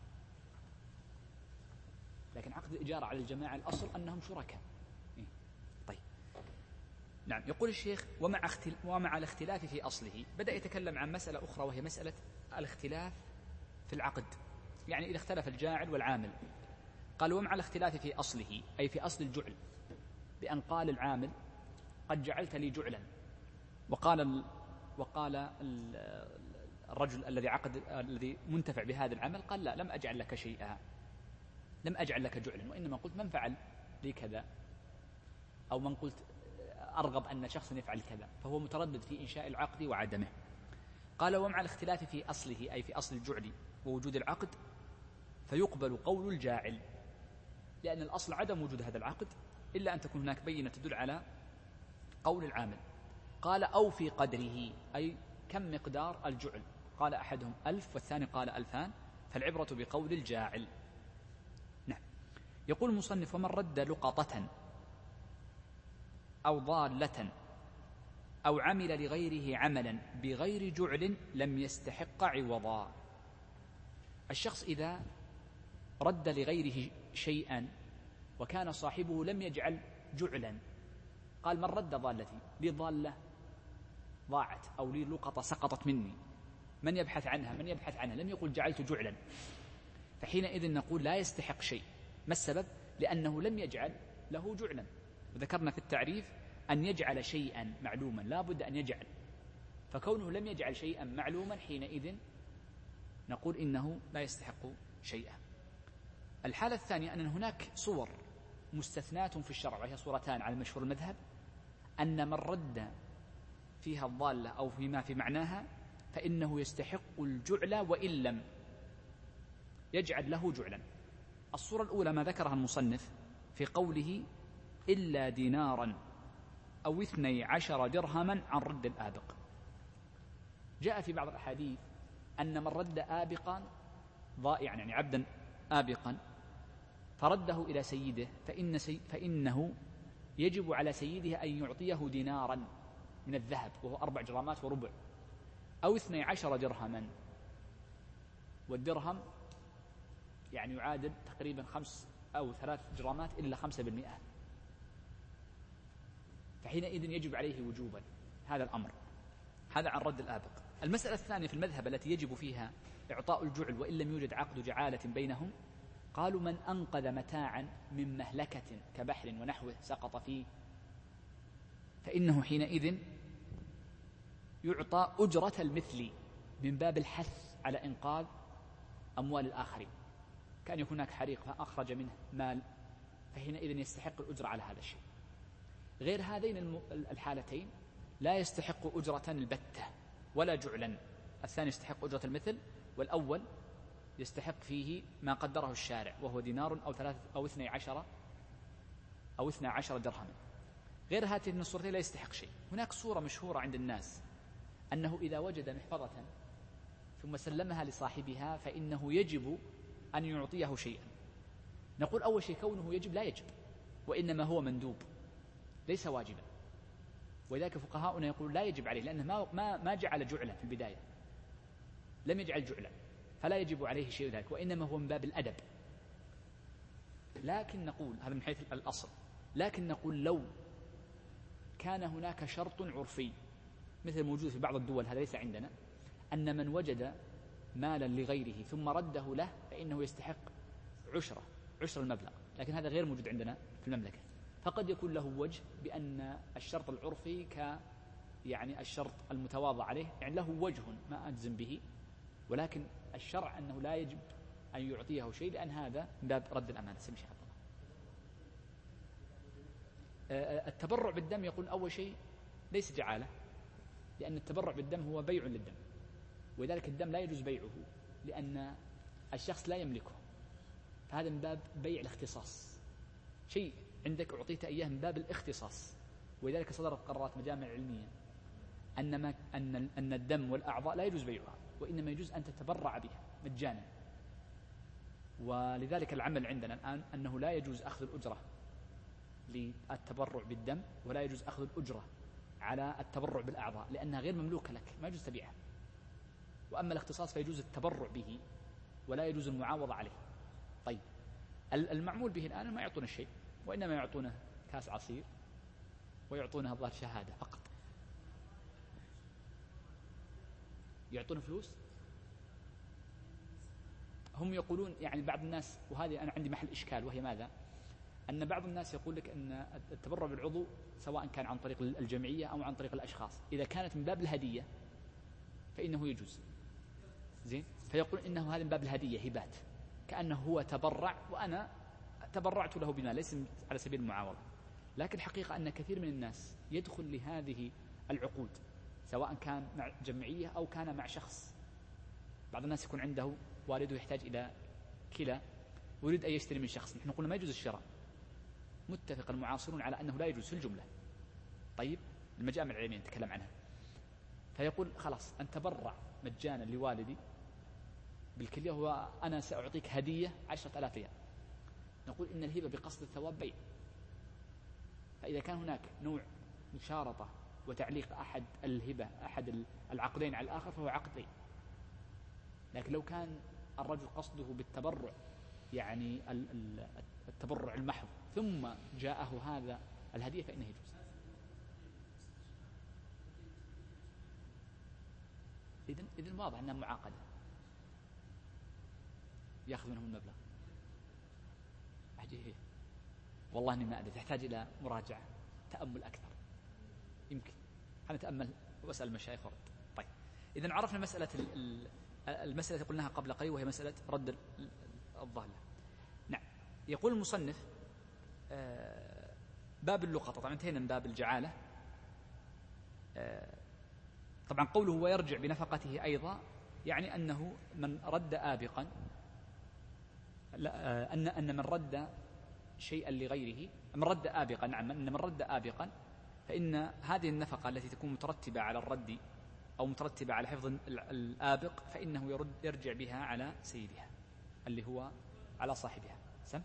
لكن عقد الإجارة على الجماعة الأصل أنهم شركاء. طيب نعم. يقول الشيخ ومع, اختل... ومع الاختلاف في أصله، بدأ يتكلم عن مسألة أخرى وهي مسألة الاختلاف في العقد، يعني إذا اختلف الجاعل والعامل. قال ومع الاختلاف في أصله، أي في أصل الجعل، بأن قال العامل قد جعلت لي جعلا، وقال ال... وقال ال... الرجل الذي عقد الذي منتفع بهذا العمل قال لا، لم أجعل لك شيئا، لم أجعل لك جعلا، وإنما قلت من فعل لي كذا، أو من قلت أرغب أن شخصا يفعل كذا، فهو متردد في إنشاء العقد وعدمه. قال ومع الاختلاف في أصله، أي في أصل الجعل ووجود العقد، فيقبل قول الجاعل، لأن الأصل عدم وجود هذا العقد إلا أن تكون هناك بينة تدل على قول العامل. قال أو في قدره، أي كم مقدار الجعل. قال أحدهم ألف والثاني قال ألفان، فالعبرة بقول الجاعل. نعم. يقول المصنف ومن رد لقطة أو ضالة أو عمل لغيره عملا بغير جعل لم يستحق عوضا. الشخص إذا رد لغيره شيئا وكان صاحبه لم يجعل جعلا، قال من رد ضالتي، لي ضالة ضاعت أو لي لقطة سقطت مني، من يبحث عنها من يبحث عنها، لم يقل جعلت جعلا، فحينئذ نقول لا يستحق شيء. ما السبب؟ لأنه لم يجعل له جعلا. وذكرنا في التعريف أن يجعل شيئا معلوما لا بد أن يجعل، فكونه لم يجعل شيئا معلوما حينئذ نقول إنه لا يستحق شيئا. الحالة الثانية أن هناك صور مستثنات في الشرع، وهي صورتان على المشهور المذهب، أن من رد فيها الضالة أو فيما في معناها فإنه يستحق الجعل وإن لم يجعل له جعلا. الصورة الأولى ما ذكرها المصنف في قوله إلا دينارا أو اثني عشر درهما عن رد الآبق. جاء في بعض الأحاديث أن من رد آبقا ضائعا، يعني عبدا آبقا، فرده إلى سيده فإن سي فإنه يجب على سيده أن يعطيه دينارا من الذهب وهو أربع جرامات وربع، أو اثني عشر درهما، والدرهم يعني يعادل تقريبا خمس أو ثلاث جرامات إلا خمسة بالمئة، فحينئذ يجب عليه وجوبا هذا الأمر. هذا عن رد الآبق. المسألة الثانية في المذهب التي يجب فيها إعطاء الجعل وإن لم يوجد عقد جعالة بينهم، قالوا من أنقذ متاعا من مهلكة كبحر ونحوه سقط فيه، فإنه حينئذ يعطى أجرة المثل من باب الحث على إنقاذ أموال الآخرين. كان يكون هناك حريق فأخرج منه مال، فحينئذ يستحق الأجرة على هذا الشيء. غير هذين الحالتين لا يستحق أجرة البتة ولا جعلا. الثاني يستحق أجرة المثل، والأول يستحق فيه ما قدره الشارع وهو دينار أو ثلاثة أو اثني عشر أو اثنى عشر درهما. غير هاتين الصورتين لا يستحق شيء. هناك صورة مشهورة عند الناس أنه إذا وجد محفظة ثم سلمها لصاحبها فإنه يجب أن يعطيه شيئا. نقول أول شيء كونه يجب لا يجب، وإنما هو مندوب ليس واجبا، ولذلك فقهاؤنا يقول لا يجب عليه، لأنه ما ما ما جعل جعلا في البداية، لم يجعل جعلا، فلا يجب عليه شيء ذلك، وإنما هو من باب الأدب. لكن نقول هذا من حيث الأصل، لكن نقول لو كان هناك شرط عرفي مثل موجود في بعض الدول، هذا ليس عندنا، أن من وجد مالا لغيره ثم رده له فإنه يستحق عشرة عشر المبلغ، لكن هذا غير موجود عندنا في المملكة. فقد يكون له وجه بأن الشرط العرفي ك يعني الشرط المتواضع عليه، يعني له وجه ما أجزم به، ولكن الشرع أنه لا يجب أن يعطيه شيء، لأن هذا من باب رد الأمانة. سمي شيخ الله. التبرع بالدم يقول أول شيء ليس جعالة، لأن التبرع بالدم هو بيع للدم، ولذلك الدم لا يجوز بيعه لأن الشخص لا يملكه، فهذا من باب بيع الاختصاص، شيء عندك أعطيت إياه من باب الاختصاص. ولذلك صدرت قرارات مجامع علمية أن, ما أن, أن الدم والأعضاء لا يجوز بيعها، وإنما يجوز أن تتبرع بها مجانا. ولذلك العمل عندنا الآن أنه لا يجوز أخذ الأجرة للتبرع بالدم، ولا يجوز أخذ الأجرة على التبرع بالأعضاء، لأنها غير مملوكة لك، ما يجوز تبيعها. وأما الاختصاص فيجوز التبرع به ولا يجوز المعاوضة عليه. طيب المعمول به الآن ما يعطونه شيء، وإنما يعطونه كاس عصير ويعطونه الظاهر شهادة فقط. يعطون فلوس. هم يقولون يعني بعض الناس، وهذه أنا عندي محل إشكال، وهي ماذا؟ أن بعض الناس يقول لك أن التبرع بالعضو سواء كان عن طريق الجمعية أو عن طريق الأشخاص، إذا كانت من باب الهدية فإنه يجوز. زين، فيقول إنه هذا من باب الهدية، هبات، كأنه هو تبرع وأنا تبرعت له بما ليس على سبيل المعاوضة. لكن الحقيقة أن كثير من الناس يدخل لهذه العقود سواء كان مع جمعية أو كان مع شخص. بعض الناس يكون عنده والده يحتاج إلى كلى ويريد أن يشتري من شخص، نحن نقول ما يجوز الشراء، متفق المعاصرون على أنه لا يجوز في الجملة. طيب المجامع العلمية نتكلم عنها، فيقول خلاص أن تبرع مجانا لوالدي بالكلية وأنا سأعطيك هدية عشرة آلاف ريال. نقول إن الهبة بقصد الثواب بيع، فإذا كان هناك نوع مشارطة وتعليق أحد الهبة أحد العقدين على الآخر فهو عقد بيع. لكن لو كان الرجل قصده بالتبرع يعني التبرع المحض ثم جاءه هذا الهدية فإنه يجوز. إذن إذن واضح أنها معاقدة، يأخذ منهم المبلغ. أحجيه والله إني ما أدري، تحتاج إلى مراجعة تأمل أكثر، يمكن أنا أتأمل وأسأل المشايخ ورد. طيب إذن عرفنا مسألة المسألة التي قلناها قبل قليل، وهي مسألة رد الضالة. نعم، يقول المصنف باب اللقطة. طبعا انتهينا من باب الجعالة. طبعا قوله ويرجع بنفقته أيضا يعني أنه من رد آبقا، أن أن من رد شيئا لغيره، من رد آبقا، نعم أن من رد آبقا فإن هذه النفقة التي تكون مترتبة على الرد أو مترتبة على حفظ الآبق فإنه يرد يرجع بها على سيدها اللي هو على صاحبها. سم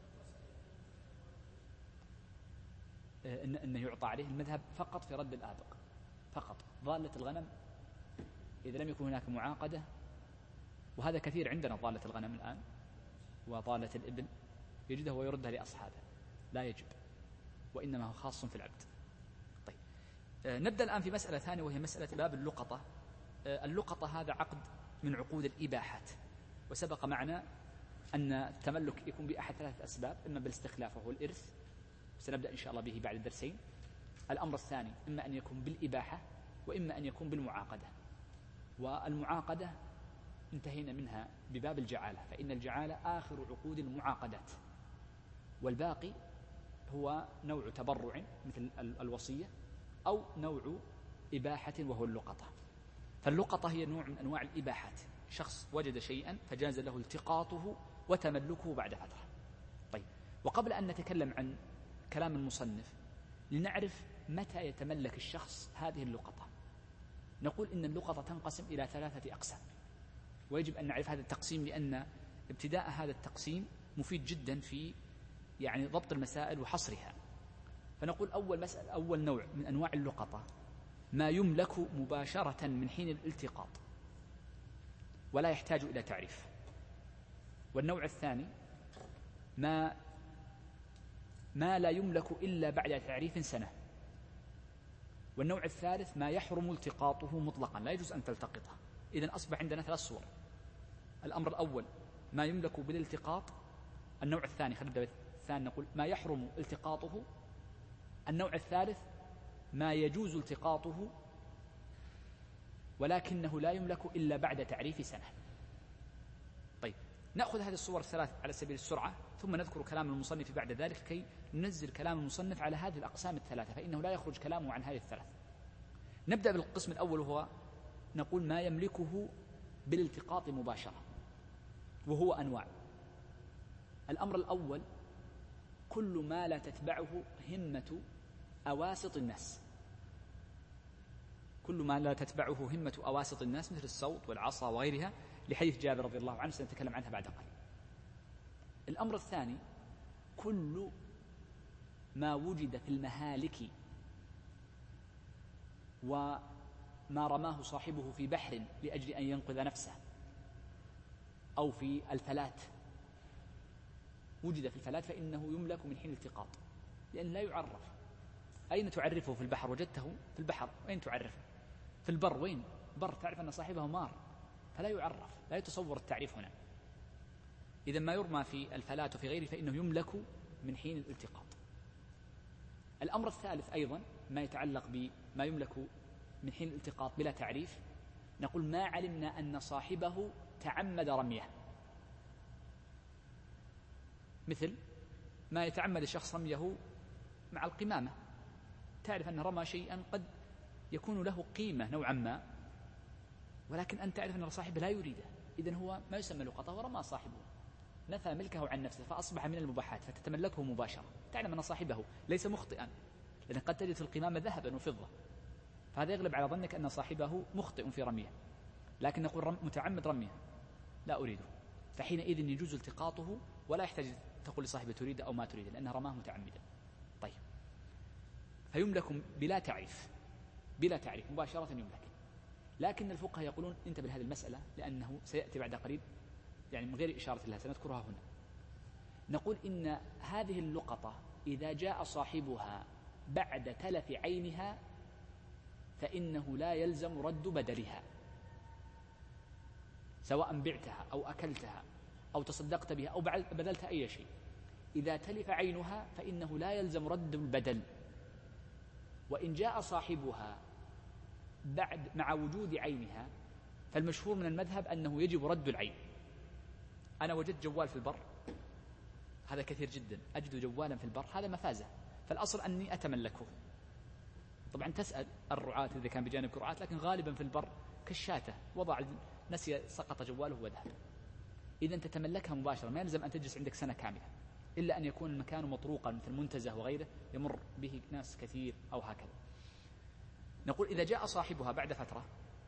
إن أنه يعطى عليه المذهب فقط في رد الآبق فقط. ضالة الغنم إذا لم يكن هناك معاقدة، وهذا كثير عندنا، ضالة الغنم الآن وضالة الإبل يجده ويردها لأصحابه، لا يجب، وإنما هو خاص في العبد. طيب نبدأ الآن في مسألة ثانية، وهي مسألة باب اللقطة. اللقطة هذا عقد من عقود الإباحات، وسبق معنا أن التملك يكون بأحد ثلاثة أسباب، إما بالاستخلاف وهو الإرث، سنبدأ إن شاء الله به بعد الدرسين. الأمر الثاني إما أن يكون بالإباحة وإما أن يكون بالمعاقدة. والمعاقدة انتهينا منها بباب الجعالة، فإن الجعالة آخر عقود المعاقدات، والباقي هو نوع تبرع مثل الوصية أو نوع إباحة وهو اللقطة. فاللقطة هي نوع من أنواع الإباحات، شخص وجد شيئا فجاز له التقاطه وتملكه بعد فترة. طيب وقبل أن نتكلم عن كلام المصنف لنعرف متى يتملك الشخص هذه اللقطة. نقول إن اللقطة تنقسم إلى ثلاثة أقسام، ويجب أن نعرف هذا التقسيم لأن ابتداء هذا التقسيم مفيد جدا في يعني ضبط المسائل وحصرها. فنقول أول مسألة أول نوع من أنواع اللقطة ما يملك مباشرة من حين الالتقاط ولا يحتاج إلى تعريف. والنوع الثاني ما ما لا يملك إلا بعد تعريف سنة. والنوع الثالث ما يحرم التقاطه مطلقا، لا يجوز أن تلتقطه. إذن أصبح عندنا ثلاث صور. الأمر الأول ما يملك بالالتقاط. النوع الثاني خلينا نبدأ بالثاني، نقول ما يحرم التقاطه. النوع الثالث ما يجوز التقاطه ولكنه لا يملك إلا بعد تعريف سنة. طيب نأخذ هذه الصور الثلاث على سبيل السرعة، ثم نذكر كلام المصنف بعد ذلك كي ننزل كلام المصنف على هذه الأقسام الثلاثة، فإنه لا يخرج كلامه عن هذه الثلاث. نبدأ بالقسم الأول، وهو نقول ما يملكه بالالتقاط مباشرة، وهو أنواع. الأمر الأول كل ما لا تتبعه همة أواسط الناس، كل ما لا تتبعه همة أواسط الناس مثل الصوت والعصا وغيرها، لحديث جابر رضي الله عنه سنتكلم عنها بعد قليل. الأمر الثاني: كل ما وجد في المهالك وما رماه صاحبه في بحر لأجل أن ينقذ نفسه، أو في الفلات، وجد في الفلات فإنه يملك من حين التقاط، لأن لا يعرف. أين تعرفه في البحر؟ وجدته في البحر، وين تعرفه؟ في البر، وين؟ بر، تعرف أن صاحبه مار، فلا يعرف، لا يتصور التعريف هنا. إذا ما يرمى في الفلات وفي غيره فإنه يملك من حين الالتقاط. الأمر الثالث أيضا ما يتعلق بما يملك من حين الالتقاط بلا تعريف، نقول: ما علمنا أن صاحبه تعمد رميه، مثل ما يتعمد الشخص رميه مع القمامة، تعرف أنه رمى شيئا قد يكون له قيمة نوعا ما، ولكن أنت تعرف أن صاحبه لا يريده، إذن هو ما يسمى لقطة، ورمى صاحبه، نفى ملكه عن نفسه فأصبح من المباحات فتتملكه مباشرة. تعلم أن صاحبه ليس مخطئا، لأن قد تجد في القمامة ذهبا وفضة، فهذا يغلب على ظنك أن صاحبه مخطئ في رميه، لكن نقول رم متعمد رميه، لا أريده، فحينئذ يجوز التقاطه ولا يحتاج تقول لصاحبه تريد أو ما تريد، لأنه رماه متعمدا. طيب، فيملك بلا تعريف، بلا تعريف مباشرة يملك. لكن الفقهاء يقولون انتبه لهذه المسألة، لأنه سيأتي بعد قليل، يعني من غير إشارة لها سنذكرها هنا. نقول إن هذه اللقطة إذا جاء صاحبها بعد تلف عينها فإنه لا يلزم رد بدلها، سواء بعتها أو أكلتها أو تصدقت بها أو بذلت أي شيء، إذا تلف عينها فإنه لا يلزم رد البدل. وإن جاء صاحبها بعد مع وجود عينها فالمشهور من المذهب أنه يجب رد العين. أنا وجدت جوال في البر، هذا كثير جدا، أجد جوالا في البر، هذا مفازة، فالأصل أني أتملكه. طبعا تسأل الرعاة إذا كان بجانب رعاة، لكن غالبا في البر كالشاتة، وضع نسي سقط جواله وذهب. إذا تتملكها مباشرة، ما يلزم أن تجلس عندك سنة كاملة، إلا أن يكون المكان مطروقا مثل منتزه وغيره يمر به ناس كثير أو هكذا. نقول إذا جاء صاحبها بعد فترة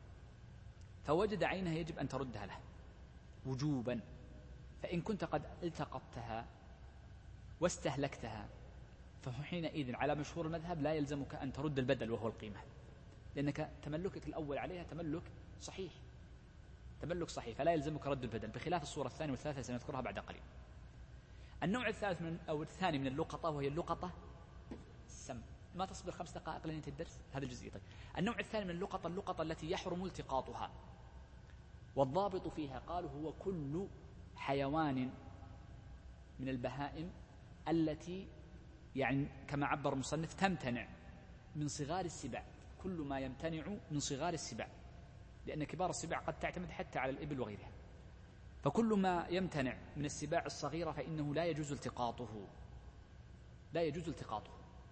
فوجد عينها يجب أن تردها له وجوبا، فإن كنت قد التقطتها واستهلكتها فحينئذ على مشهور المذهب لا يلزمك أن ترد البدل وهو القيمة، لأنك تملكك الأول عليها تملك صحيح، تملك صحيح، فلا يلزمك رد البدل، بخلاف الصورة الثانية والثالثة سنذكرها بعد قليل. النوع الثالث من أو الثاني من اللقطة وهي اللقطة السم، ما تصبر خمس دقائق لنهاية الدرس هذا الجزئية. طيب، النوع الثاني من اللقطة اللقطة التي يحرم التقاطها، والضابط فيها قالوا هو كل حيوان من البهائم التي يعني كما عبر المصنف تمتنع من صغار السباع، كل ما يمتنع من صغار السباع، لأن كبار السباع قد تعتمد حتى على الإبل وغيرها، فكل ما يمتنع من السباع الصغيرة فإنه لا يجوز التقاطه، لا يجوز التقاطه.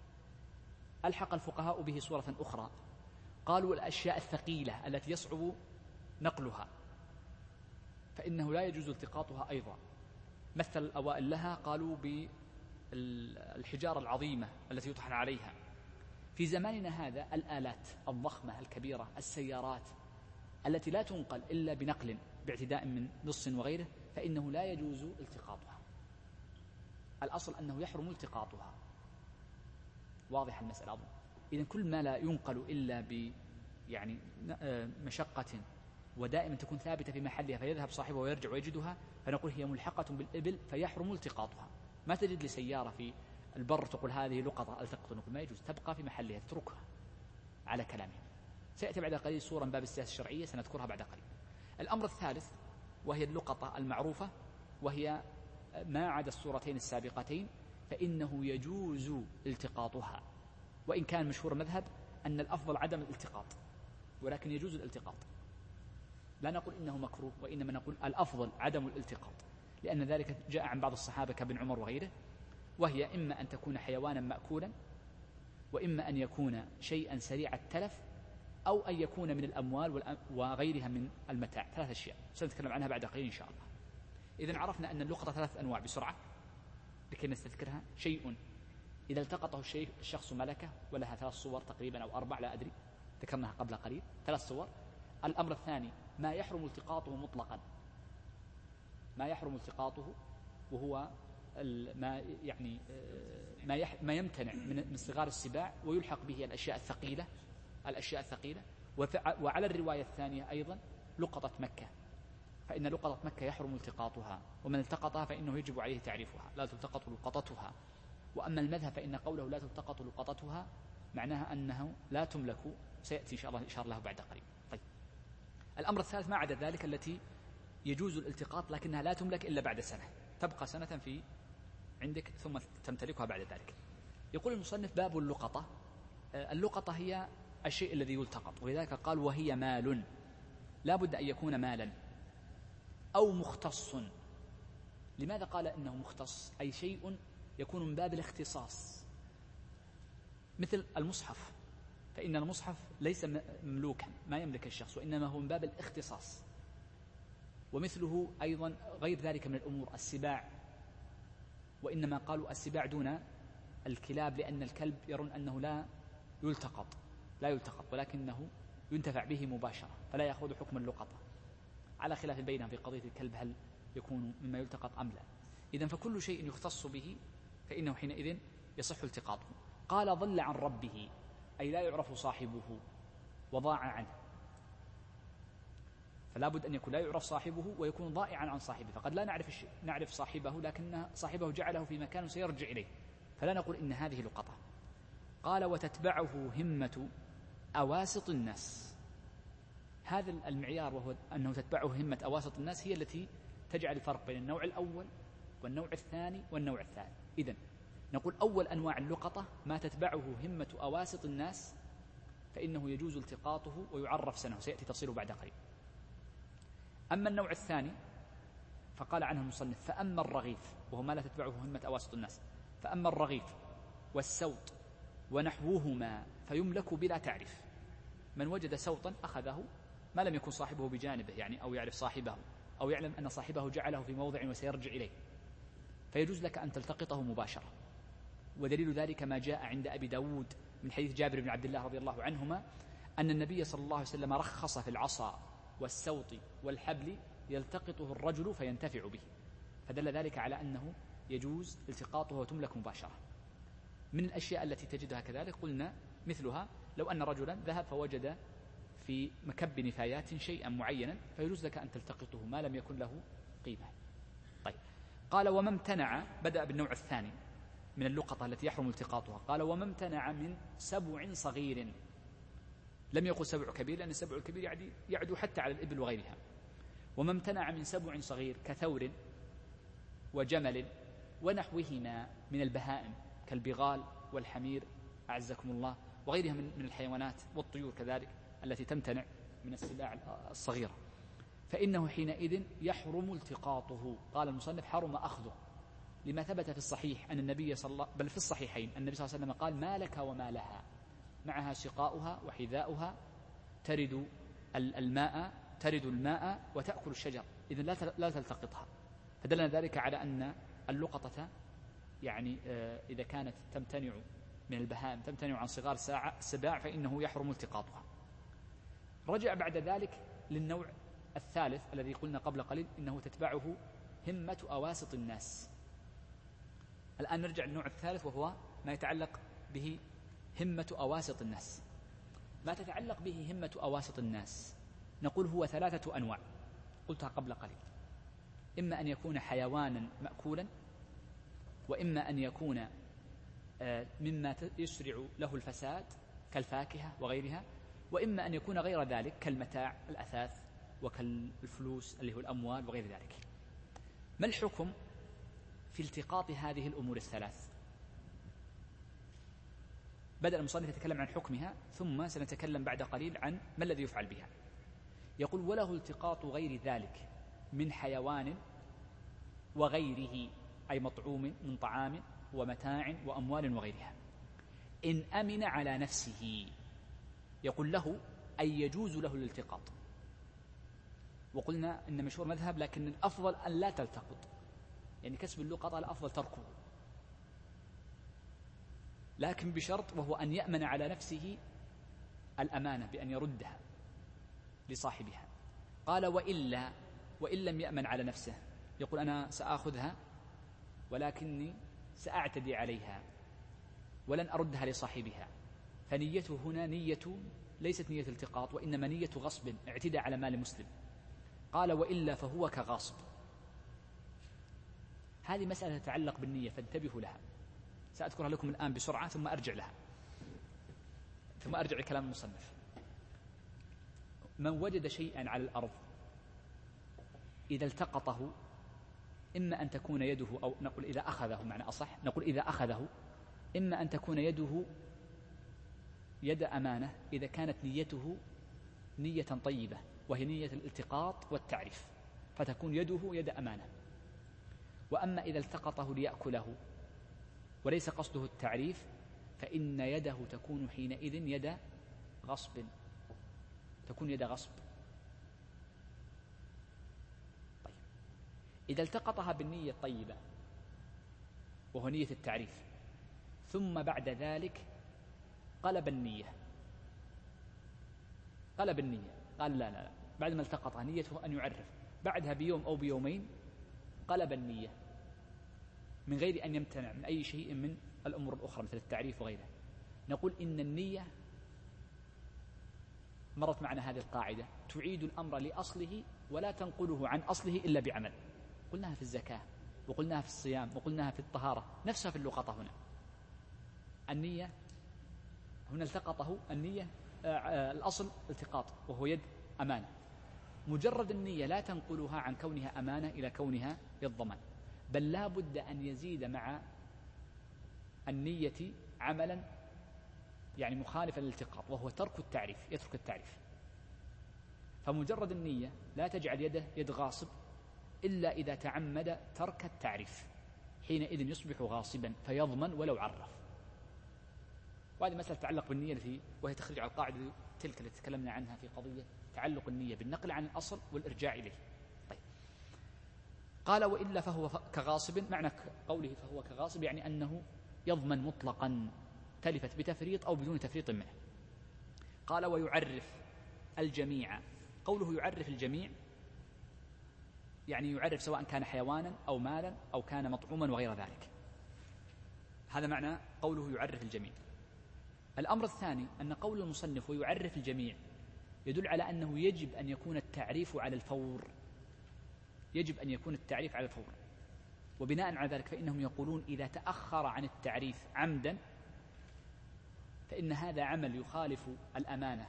ألحق الفقهاء به صورة أخرى، قالوا الأشياء الثقيلة التي يصعب نقلها فإنه لا يجوز التقاطها أيضا، مثل الأوائل لها قالوا بالحجارة العظيمة التي يطحن عليها. في زماننا هذا الآلات الضخمة الكبيرة، السيارات التي لا تنقل إلا بنقل باعتداء من نص وغيره، فإنه لا يجوز التقاطها، الأصل أنه يحرم التقاطها. واضح المسألة أظن. إذن كل ما لا ينقل إلا ب يعني مشقة ودائما تكون ثابتة في محلها فيذهب صاحبه ويرجع ويجدها، فنقول هي ملحقة بالإبل فيحرم التقاطها. ما تجد لي سيارة في البر تقول هذه لقطة التقط، نقول ما يجوز، تبقى في محلها تتركها على كلامه. سيأتي بعد قليل صورة من باب السياسة الشرعية سنذكرها بعد قليل. الأمر الثالث وهي اللقطة المعروفة، وهي ما عدا الصورتين السابقتين فإنه يجوز التقاطها، وإن كان مشهور مذهب أن الأفضل عدم الالتقاط، ولكن يجوز الالتقاط، لا نقول إنه مكروه، وإنما نقول الأفضل عدم الالتقاط، لأن ذلك جاء عن بعض الصحابة كابن عمر وغيره. وهي إما أن تكون حيوانا مأكولا، وإما أن يكون شيئا سريع التلف، أو أن يكون من الأموال وغيرها من المتاع. ثلاث أشياء سنتكلم عنها بعد قليل إن شاء الله. إذن عرفنا أن اللقطة ثلاث أنواع بسرعة لكي نستذكرها. شيء إذا التقطه الشيء الشخص ملكه، ولها ثلاث صور تقريبا أو أربع لا أدري، ذكرناها قبل قليل، ثلاث صور. الأمر الثاني ما يحرم التقاطه مطلقا، ما يحرم التقاطه وهو ما يعني ما ما يمتنع من صغار السباع ويلحق به الأشياء الثقيلة الأشياء الثقيلة وعلى الرواية الثانية أيضا لقطة مكة، فإن لقطة مكة يحرم التقاطها، ومن التقطها فإنه يجب عليه تعريفها، لا تلتقط لقطتها. وأما المذهب فإن قوله لا تلتقط لقطتها معناها أنه لا تملك، سيأتي إن شاء الله إشارة له بعد قريب. طيب، الأمر الثالث ما عدا ذلك التي يجوز الالتقاط لكنها لا تملك إلا بعد سنة، تبقى سنة في عندك ثم تمتلكها بعد ذلك. يقول المصنف باب اللقطة. اللقطة هي الشيء الذي يلتقط، ولذلك قال وهي مال، لا بد أن يكون مالا أو مختص. لماذا قال إنه مختص؟ أي شيء يكون من باب الاختصاص، مثل المصحف، فإن المصحف ليس مملوكا ما يملك الشخص، وإنما هو من باب الاختصاص. ومثله أيضا غير ذلك من الأمور، السباع، وإنما قالوا السباع دون الكلاب لأن الكلب يرون أنه لا يلتقط لا يلتقط ولكنه ينتفع به مباشرة، فلا يأخذ حكم اللقطة، على خلاف بينهم في قضية الكلب هل يكون مما يلتقط أم لا. إذن فكل شيء يختص به فإنه حينئذ يصح التقاطه. قال ضل عن ربه، أي لا يعرف صاحبه وضاع عنه، فلا بد أن يكون لا يعرف صاحبه ويكون ضائعا عن صاحبه، فقد لا نعرف الشيء نعرف صاحبه لكن صاحبه جعله في مكان سيرجع إليه، فلا نقول إن هذه لقطة. قال وتتبعه همة أواسط الناس. هذا المعيار وهو أنه تتبعه همة أواسط الناس هي التي تجعل الفرق بين النوع الأول والنوع الثاني والنوع الثالث. إذن نقول أول أنواع اللقطة ما تتبعه همة أواسط الناس فإنه يجوز التقاطه ويعرف سنه، سيأتي تفصيله بعد قليل. أما النوع الثاني فقال عنه المصنف فأما الرغيف، وهو ما لا تتبعه همة أواسط الناس، فأما الرغيف والسوط ونحوهما فيملك بلا تعريف. من وجد سوطا أخذه ما لم يكن صاحبه بجانبه، يعني أو يعرف صاحبه أو يعلم أن صاحبه جعله في موضع وسيرجع إليه، فيجوز لك أن تلتقطه مباشرة. ودليل ذلك ما جاء عند أبي داود من حديث جابر بن عبد الله رضي الله عنهما أن النبي صلى الله عليه وسلم رخص في العصا والسوط والحبل يلتقطه الرجل فينتفع به، فدل ذلك على أنه يجوز التقاطه وتملك مباشرة. من الأشياء التي تجدها كذلك قلنا مثلها لو أن رجلا ذهب فوجد في مكب نفايات شيئا معينا فيجوز لك أن تلتقطه ما لم يكن له قيمة. طيب، قال وما امتنع، بدأ بالنوع الثاني من اللقطة التي يحرم التقاطها، قال وما امتنع من سبع صغير. لم يقل سبع كبير لأن السبع الكبير يعدو حتى على الإبل وغيرها. وما امتنع من سبع صغير كثور وجمل ونحوهما من البهائم كالبغال والحمير أعزكم الله وغيرها من الحيوانات والطيور كذلك التي تمتنع من السباع الصغيرة، فإنه حينئذ يحرم التقاطه. قال المصنف حرم أخذه لما ثبت في الصحيح أن النبي صلى الله بل في الصحيحين النبي صلى الله عليه وسلم قال ما لك وما لها، معها سقاؤها وحذاؤها، ترد الماء ترد الماء وتأكل الشجر، إذن لا تلتقطها. فدلنا ذلك على أن اللقطة يعني إذا كانت تمتنع من البهائم تمتنع عن صغار السباع فإنه يحرم التقاطها. رجع بعد ذلك للنوع الثالث الذي قلنا قبل قليل إنه تتبعه همة أواسط الناس. الآن نرجع للنوع الثالث وهو ما يتعلق به همة أواسط الناس. ما تتعلق به همة أواسط الناس نقول هو ثلاثة أنواع قلتها قبل قليل، إما أن يكون حيوانا مأكولا، وإما أن يكون مما يسرع له الفساد كالفاكهة وغيرها، وإما أن يكون غير ذلك كالمتاع الأثاث وكالفلوس اللي هو الأموال وغير ذلك. ما الحكم في التقاط هذه الأمور الثلاث؟ بدأ المصنف يتكلم عن حكمها ثم سنتكلم بعد قليل عن ما الذي يفعل بها. يقول وله التقاط غير ذلك من حيوان وغيره، أي مطعوم من طعام ومتاع وأموال وغيرها، إن أمن على نفسه. يقول له أي يجوز له الالتقاط. وقلنا إن مشهور مذهب لكن الأفضل أن لا تلتقط، يعني كسب اللقطة الأفضل تركه، لكن بشرط وهو أن يأمن على نفسه الأمانة بأن يردها لصاحبها. قال وإلا وإن لم يأمن على نفسه، يقول أنا سأخذها ولكني سأعتدي عليها ولن أردها لصاحبها، فنيته هنا نية ليست نية التقاط، وإنما نية غصب، اعتدى على مال مسلم. قال وإلا فهو كغاصب. هذه مسألة تتعلق بالنية فانتبهوا لها، سأذكرها لكم الآن بسرعة ثم أرجع لها، ثم أرجع لكلام المصنف. من وجد شيئا على الأرض إذا التقطه، إما أن تكون يده، أو نقول إذا أخذه، معنى أصح نقول إذا أخذه، إما أن تكون يده يد أمانة إذا كانت نيته نية طيبة وهي نية الالتقاط والتعريف، فتكون يده يد أمانة. وأما إذا التقطه ليأكله وليس قصده التعريف، فإن يده تكون حينئذ يد غصب، تكون يد غصب. طيب، إذا التقطها بالنية الطيبة وهو نية التعريف، ثم بعد ذلك قلب النية، قلب النية، قال لا لا لا، بعد ما التقطها نيته أن يعرف، بعدها بيوم أو بيومين قلب النية من غير أن يمتنع من أي شيء من الأمور الأخرى مثل التعريف وغيره، نقول إن النية مرت معنا هذه القاعدة تعيد الأمر لأصله ولا تنقله عن أصله إلا بعمل. قلناها في الزكاة وقلناها في الصيام وقلناها في الطهارة، نفسها في اللقطة هنا. النية هنا التقطه، النية الأصل التقاط وهو يد أمانة، مجرد النية لا تنقلها عن كونها أمانة إلى كونها يد ضمان، بل لا بد أن يزيد مع النية عملا يعني مخالفا للالتقاط، وهو ترك التعريف، يترك التعريف. فمجرد النية لا تجعل يده يد غاصب إلا إذا تعمد ترك التعريف، حينئذ يصبح غاصبا فيضمن ولو عرف. وهذه مسألة تتعلق بالنية التي وهي تخرج على القاعدة تلك التي تكلمنا عنها في قضية تعلق النية بالنقل عن الأصل والإرجاع إليه. طيب، قال وإلا فهو كغاصب، معنى قوله فهو كغاصب يعني أنه يضمن مطلقا، تلفت بتفريط أو بدون تفريط منه. قال ويعرف الجميع، قوله يعرف الجميع يعني يعرف سواء كان حيوانا أو مالا أو كان مطعوما وغير ذلك، هذا معنى قوله يعرف الجميع. الأمر الثاني أن قول المصنف ويعرف الجميع يدل على أنه يجب أن يكون التعريف على الفور، يجب أن يكون التعريف على الفور، وبناء على ذلك فإنهم يقولون إذا تأخر عن التعريف عمدا فإن هذا عمل يخالف الأمانة،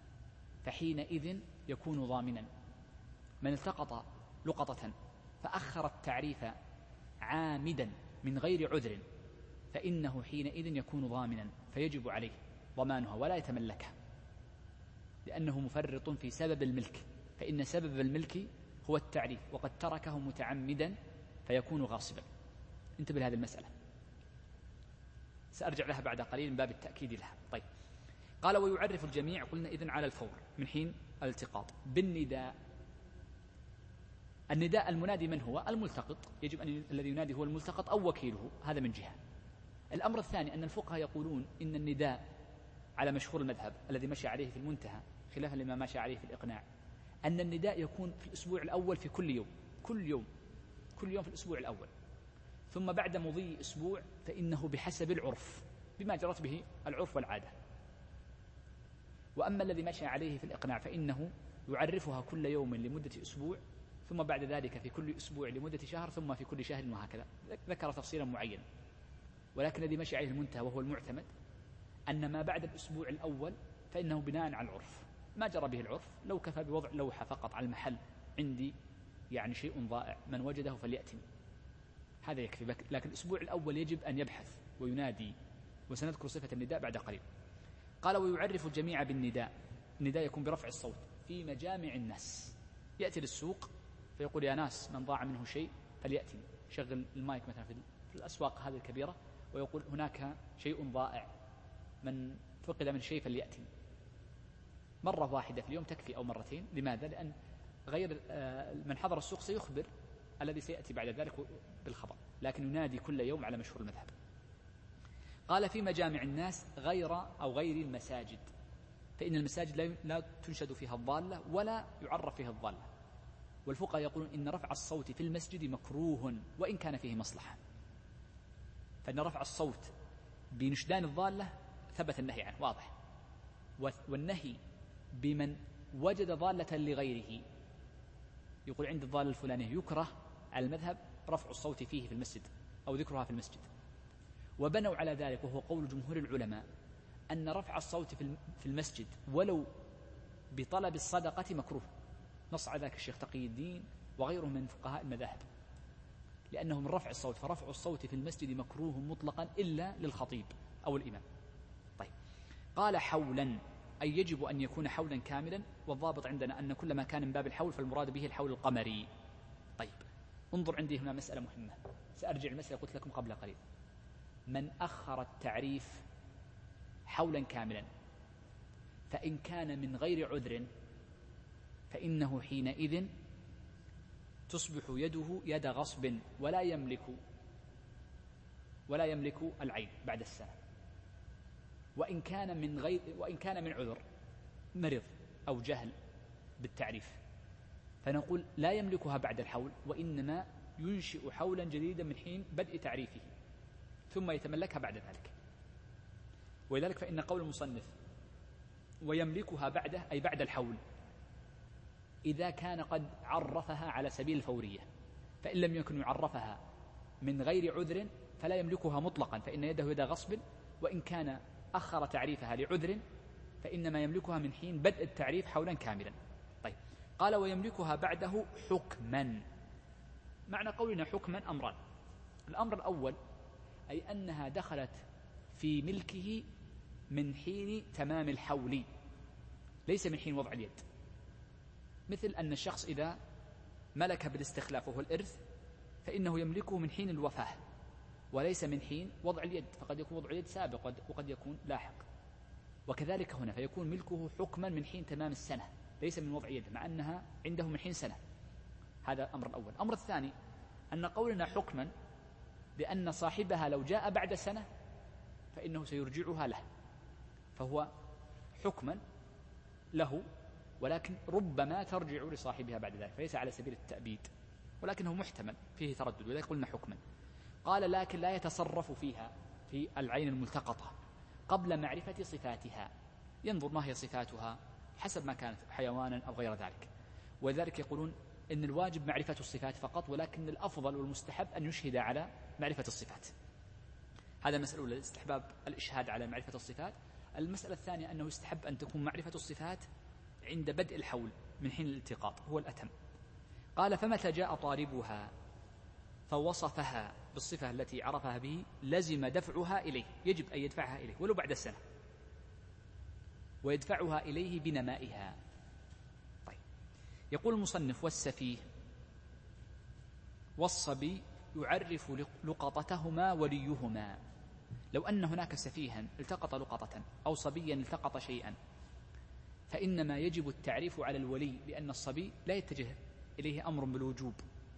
فحينئذ يكون ضامنا. من التقط لقطة فأخر التعريف عامدا من غير عذر فإنه حينئذ يكون ضامنا، فيجب عليه ضمانها ولا يتملكها، لأنه مفرط في سبب الملك، فإن سبب الملك هو التعريف وقد تركه متعمدا فيكون غاصبا. انتبه لهذه المسألة، سأرجع لها بعد قليل من باب التأكيد لها. طيب، قال ويعرف الجميع، قلنا إذن على الفور من حين الالتقاط. بالنداء، النداء المنادي من هو؟ الملتقط، يجب أن الذي ينادي هو الملتقط أو وكيله، هذا من جهة. الأمر الثاني أن الفقهاء يقولون إن النداء على مشهور المذهب الذي مشى عليه في المنتهى خلافا لما مشى عليه في الإقناع، أن النداء يكون في الأسبوع الأول في كل يوم، كل يوم كل يوم في الأسبوع الأول، ثم بعد مضي أسبوع فإنه بحسب العرف بما جرت به العرف والعادة. وأما الذي مشى عليه في الإقناع فإنه يعرفها كل يوم لمدة أسبوع، ثم بعد ذلك في كل أسبوع لمدة شهر، ثم في كل شهر، وهكذا. ذكر تفصيلا معينا. ولكن الذي مشى عليه المنتهى وهو المعتمد أن ما بعد الأسبوع الأول فإنه بناء على العرف، ما جرى به العرف. لو كفى بوضع لوحة فقط على المحل عندي يعني شيء ضائع من وجده فليأتني، هذا يكفي. لكن الأسبوع الأول يجب أن يبحث وينادي، وسنذكر صفة النداء بعد قليل. قال ويعرف الجميع بالنداء، النداء يكون برفع الصوت في مجامع الناس، يأتي للسوق فيقول يا ناس من ضاع منه شيء فليأتني، شغل المايك مثلا في الأسواق هذه الكبيرة ويقول هناك شيء ضائع، من فقد من شيء فليأتني. مرة واحدة في اليوم تكفي أو مرتين. لماذا؟ لأن غير من حضر السوق سيخبر الذي سيأتي بعد ذلك بالخبر، لكن ينادي كل يوم على مشهور المذهب. قال في مجامع الناس غير أو غير المساجد، فإن المساجد لا تنشد فيها الضالة ولا يعرف فيها الضالة. والفقهاء يقولون إن رفع الصوت في المسجد مكروه وإن كان فيه مصلحة، فإن رفع الصوت بنشدان الضالة ثبت النهي عنه واضح، والنهي بمن وجد ضالة لغيره، يقول عند الضالة الفلانية يكره على المذهب رفع الصوت فيه في المسجد أو ذكرها في المسجد، وبنوا على ذلك وهو قول جمهور العلماء أن رفع الصوت في المسجد ولو بطلب الصدقة مكروه، نص على ذلك الشيخ تقي الدين وغيره من فقهاء المذاهب، لأنه من رفع الصوت، فرفع الصوت في المسجد مكروه مطلقا إلا للخطيب أو الإمام. طيب، قال حولا أي يجب أن يكون حولا كاملا، والضابط عندنا أن كل ما كان من باب الحول فالمراد به الحول القمري. طيب، انظر عندي هنا مسألة مهمة، سأرجع المسألة قلت لكم قبل قليل، من أخر التعريف حولا كاملا فإن كان من غير عذر فإنه حينئذ تصبح يده يد غصب ولا يملك ولا يملك العين بعد السنة. وإن كان من غير وإن كان من عذر مرض أو جهل بالتعريف فنقول لا يملكها بعد الحول، وإنما ينشئ حولا جديدا من حين بدء تعريفه ثم يتملكها بعد ذلك. ولذلك فإن قول المصنف ويملكها بعده أي بعد الحول إذا كان قد عرفها على سبيل الفورية، فإن لم يكن يعرفها من غير عذر فلا يملكها مطلقا فإن يده يد غصب، وإن كان أخر تعريفها لعذر فإنما يملكها من حين بدء التعريف حولا كاملا. طيب، قال ويملكها بعده حكما. معنى قولنا حكما أمران، الأمر الأول أي أنها دخلت في ملكه من حين تمام الحول ليس من حين وضع اليد، مثل أن الشخص إذا ملك بالاستخلاف وهو الإرث فإنه يملكه من حين الوفاة وليس من حين وضع اليد، فقد يكون وضع اليد سابق وقد يكون لاحق. وكذلك هنا فيكون ملكه حكما من حين تمام السنة ليس من وضع يد، مع أنها عنده من حين سنة. هذا الأمر الأول. الأمر الثاني أن قولنا حكما لأن صاحبها لو جاء بعد سنة فإنه سيرجعها له، فهو حكما له ولكن ربما ترجع لصاحبها بعد ذلك، فليس على سبيل التأبيد ولكنه محتمل فيه تردد، ولذلك قلنا حكما. قال لكن لا يتصرف فيها في العين الملتقطة قبل معرفة صفاتها، ينظر ما هي صفاتها حسب ما كانت حيوانا أو غير ذلك. ولذلك يقولون إن الواجب معرفة الصفات فقط، ولكن الأفضل والمستحب أن يشهد على معرفة الصفات. هذا مسألة الأولى، استحباب الإشهاد على معرفة الصفات. المسألة الثانية أنه يستحب أن تكون معرفة الصفات عند بدء الحول من حين الالتقاط، هو الأتم. قال فمتى جاء طالبها فوصفها بالصفة التي عرفها به لزم دفعها إليه، يجب أن يدفعها إليه ولو بعد السنة، ويدفعها إليه بنمائها. طيب، يقول المصنف والسفيه والصبي يعرف لقطتهما وليهما. لو أن هناك سفيها التقط لقطة أو صبيا التقط شيئا فإنما يجب التعريف على الولي، لأن الصبي لا يتجه إليه أمر بالوجوب،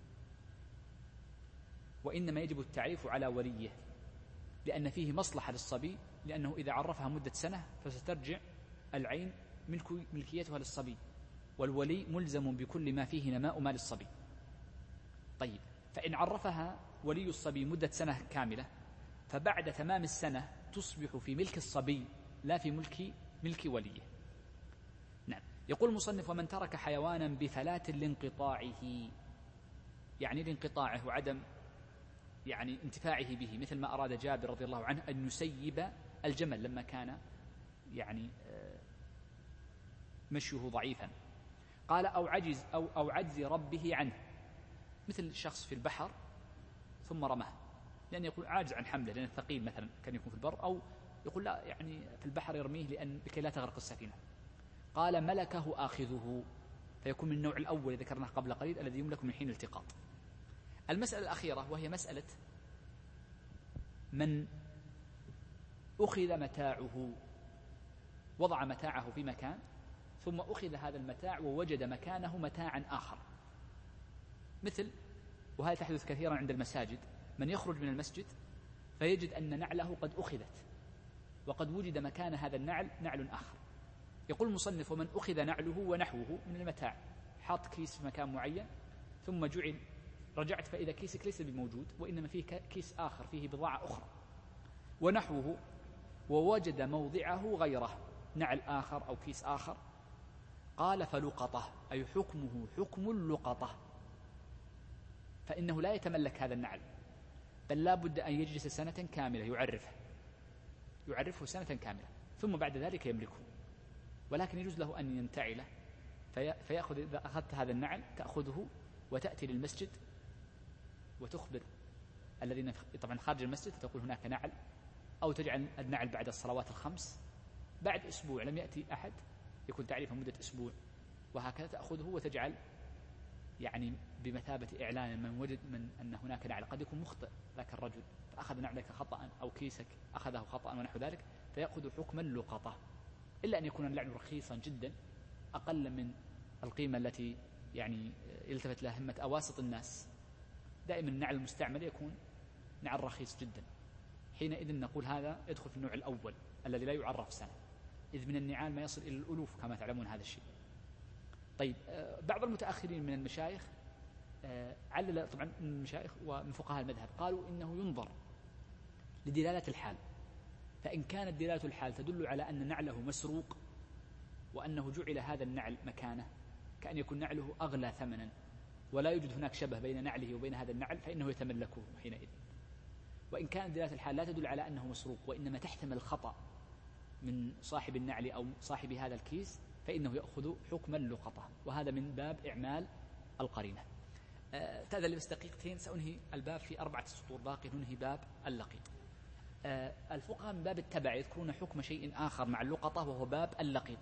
وإنما يجب التعريف على وليه لأن فيه مصلحة للصبي، لأنه إذا عرفها مدة سنة فسترجع العين ملك ملكيتها للصبي، والولي ملزم بكل ما فيه نماء مال الصبي. طيب، فإن عرفها ولي الصبي مدة سنة كاملة فبعد تمام السنة تصبح في ملك الصبي لا في ملك ملك وليه. نعم. يقول المصنف ومن ترك حيوانا بفلاة لانقطاعه، يعني لانقطاعه وعدم يعني انتفاعه به، مثل ما أراد جابر رضي الله عنه أن يسيب الجمل لما كان يعني مشيه ضعيفا. قال أو عجز أو أو عجز ربه عنه، مثل شخص في البحر ثم رماه لأن يقول عاجز عن حمله لأن الثقيل مثلا كان يكون في البر، أو يقول لا يعني في البحر يرميه لأن لكي لا تغرق السفينة. قال ملكه آخذه، فيكون من النوع الأول ذكرناه قبل قليل الذي يملك من حين التقاط. المسألة الأخيرة وهي مسألة من أخذ متاعه، وضع متاعه في مكان ثم أخذ هذا المتاع ووجد مكانه متاعا آخر، مثل وهذا تحدث كثيرا عند المساجد، من يخرج من المسجد فيجد أن نعله قد أخذت وقد وجد مكان هذا النعل نعل آخر. يقول المصنف ومن أخذ نعله ونحوه من المتاع، حاط كيس في مكان معين ثم جعل رجعت فإذا كيسك ليس بموجود وإنما فيه كيس آخر فيه بضاعة أخرى، ونحوه ووجد موضعه غيره، نعل آخر أو كيس آخر، قال فلقطه، أي حكمه حكم اللقطة، فإنه لا يتملك هذا النعل، بل لا بد أن يجلس سنة كاملة يعرفه يعرفه سنة كاملة، ثم بعد ذلك يملكه. ولكن يجوز له أن ينتعله، في فيأخذ، إذا أخذت هذا النعل تأخذه وتأتي للمسجد وتخبر الذين طبعا خارج المسجد، تقول هناك نعل، أو تجعل النعل بعد الصلوات الخمس، بعد أسبوع لم يأتي أحد يكون تعريفه مدة أسبوع، وهكذا تأخذه وتجعل يعني بمثابة إعلان من وجد من أن هناك نعل. قد يكون مخطئ ذاك الرجل فأخذ نعلك خطأ، أو كيسك أخذه خطأ ونحو ذلك، فيأخذ حكم اللقطة، إلا أن يكون النعل رخيصا جدا أقل من القيمة التي يعني يلتفت لها همة أواسط الناس. دائما النعل المستعمل يكون نعل رخيص جدا، حينئذ نقول هذا يدخل في النوع الأول الذي لا يعرف سنة، إذ من النعال ما يصل إلى الألوف كما تعلمون هذا الشيء. طيب، بعض المتأخرين من المشايخ علل، طبعا من المشايخ ومن فقهاء المذهب، قالوا إنه ينظر لدلالة الحال، فإن كانت دلالة الحال تدل على أن نعله مسروق وأنه جعل هذا النعل مكانه، كأن يكون نعله أغلى ثمنا ولا يوجد هناك شبه بين نعله وبين هذا النعل، فإنه يتملكه حينئذ. وإن كانت دلالة الحال لا تدل على أنه مسروق وإنما تحتمل الخطأ من صاحب النعل أو صاحب هذا الكيس، فإنه يأخذ حكم اللقطة، وهذا من باب إعمال القرينة. آه تأذن لي بس دقيقتين، سأنهي الباب في أربعة سطور باقي، ننهي باب اللقيط. آه الفقهاء من باب التبع يذكرون حكم شيء آخر مع اللقطة، وهو باب اللقيط.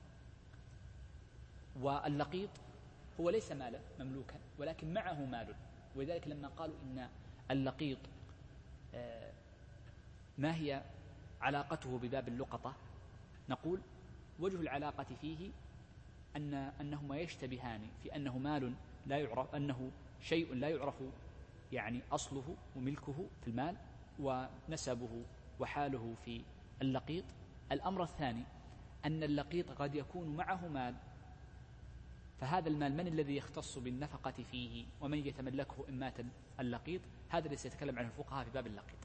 واللقيط هو ليس مالا مملوكا ولكن معه مال، ولذلك لما قالوا إن اللقيط آه ما هي علاقته بباب اللقطة، نقول وجه العلاقة فيه أن أنهما يشتبهان في أنه مال لا يعرف، أنه شيء لا يعرف يعني أصله وملكه في المال، ونسبه وحاله في اللقيط. الأمر الثاني أن اللقيط قد يكون معه مال، فهذا المال من الذي يختص بالنفقة فيه ومن يتملكه إن مات اللقيط؟ هذا الذي سيتكلم عنه الفقهاء في باب اللقيط.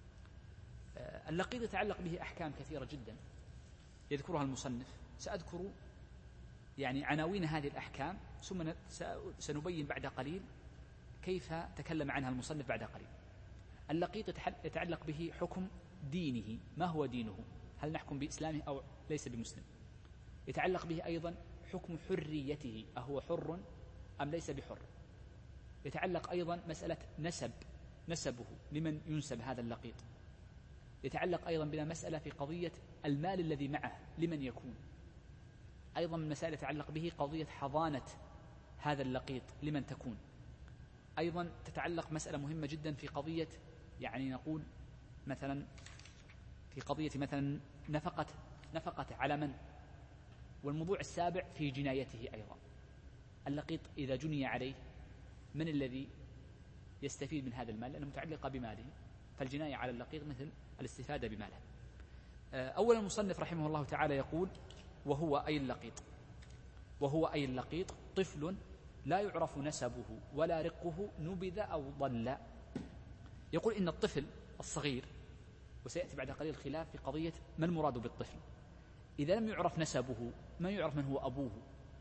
اللقيط يتعلق به أحكام كثيرة جدا يذكرها المصنف، سأذكر يعني عناوين هذه الأحكام، ثم سنبين بعد قليل كيف تكلم عنها المصنف بعد قليل. اللقيط يتعلق به حكم دينه، ما هو دينه، هل نحكم بإسلامه أو ليس بمسلم. يتعلق به أيضا حكم حريته، أهو حر أم ليس بحر. يتعلق أيضا مسألة نسب نسبه، لمن ينسب هذا اللقيط. يتعلق أيضا بنا مسألة في قضية المال الذي معه لمن يكون. أيضا من مسائل يتعلق به قضية حضانة هذا اللقيط لمن تكون. أيضا تتعلق مسألة مهمة جدا في قضية يعني نقول مثلا في قضية مثلا نفقة نفقة على من. والموضوع السابع في جنايته أيضا، اللقيط إذا جني عليه من الذي يستفيد من هذا المال، لأنه متعلقة بماله، فالجناية على اللقيط مثل الاستفادة بماله. أولا المصنف رحمه الله تعالى يقول وهو أي اللقيط، وهو أي اللقيط طفل لا يعرف نسبه ولا رقه نبذ أو ضل. يقول إن الطفل الصغير، وسيأتي بعد قليل خلاف في قضية ما المراد بالطفل، إذا لم يعرف نسبه، ما يعرف من هو أبوه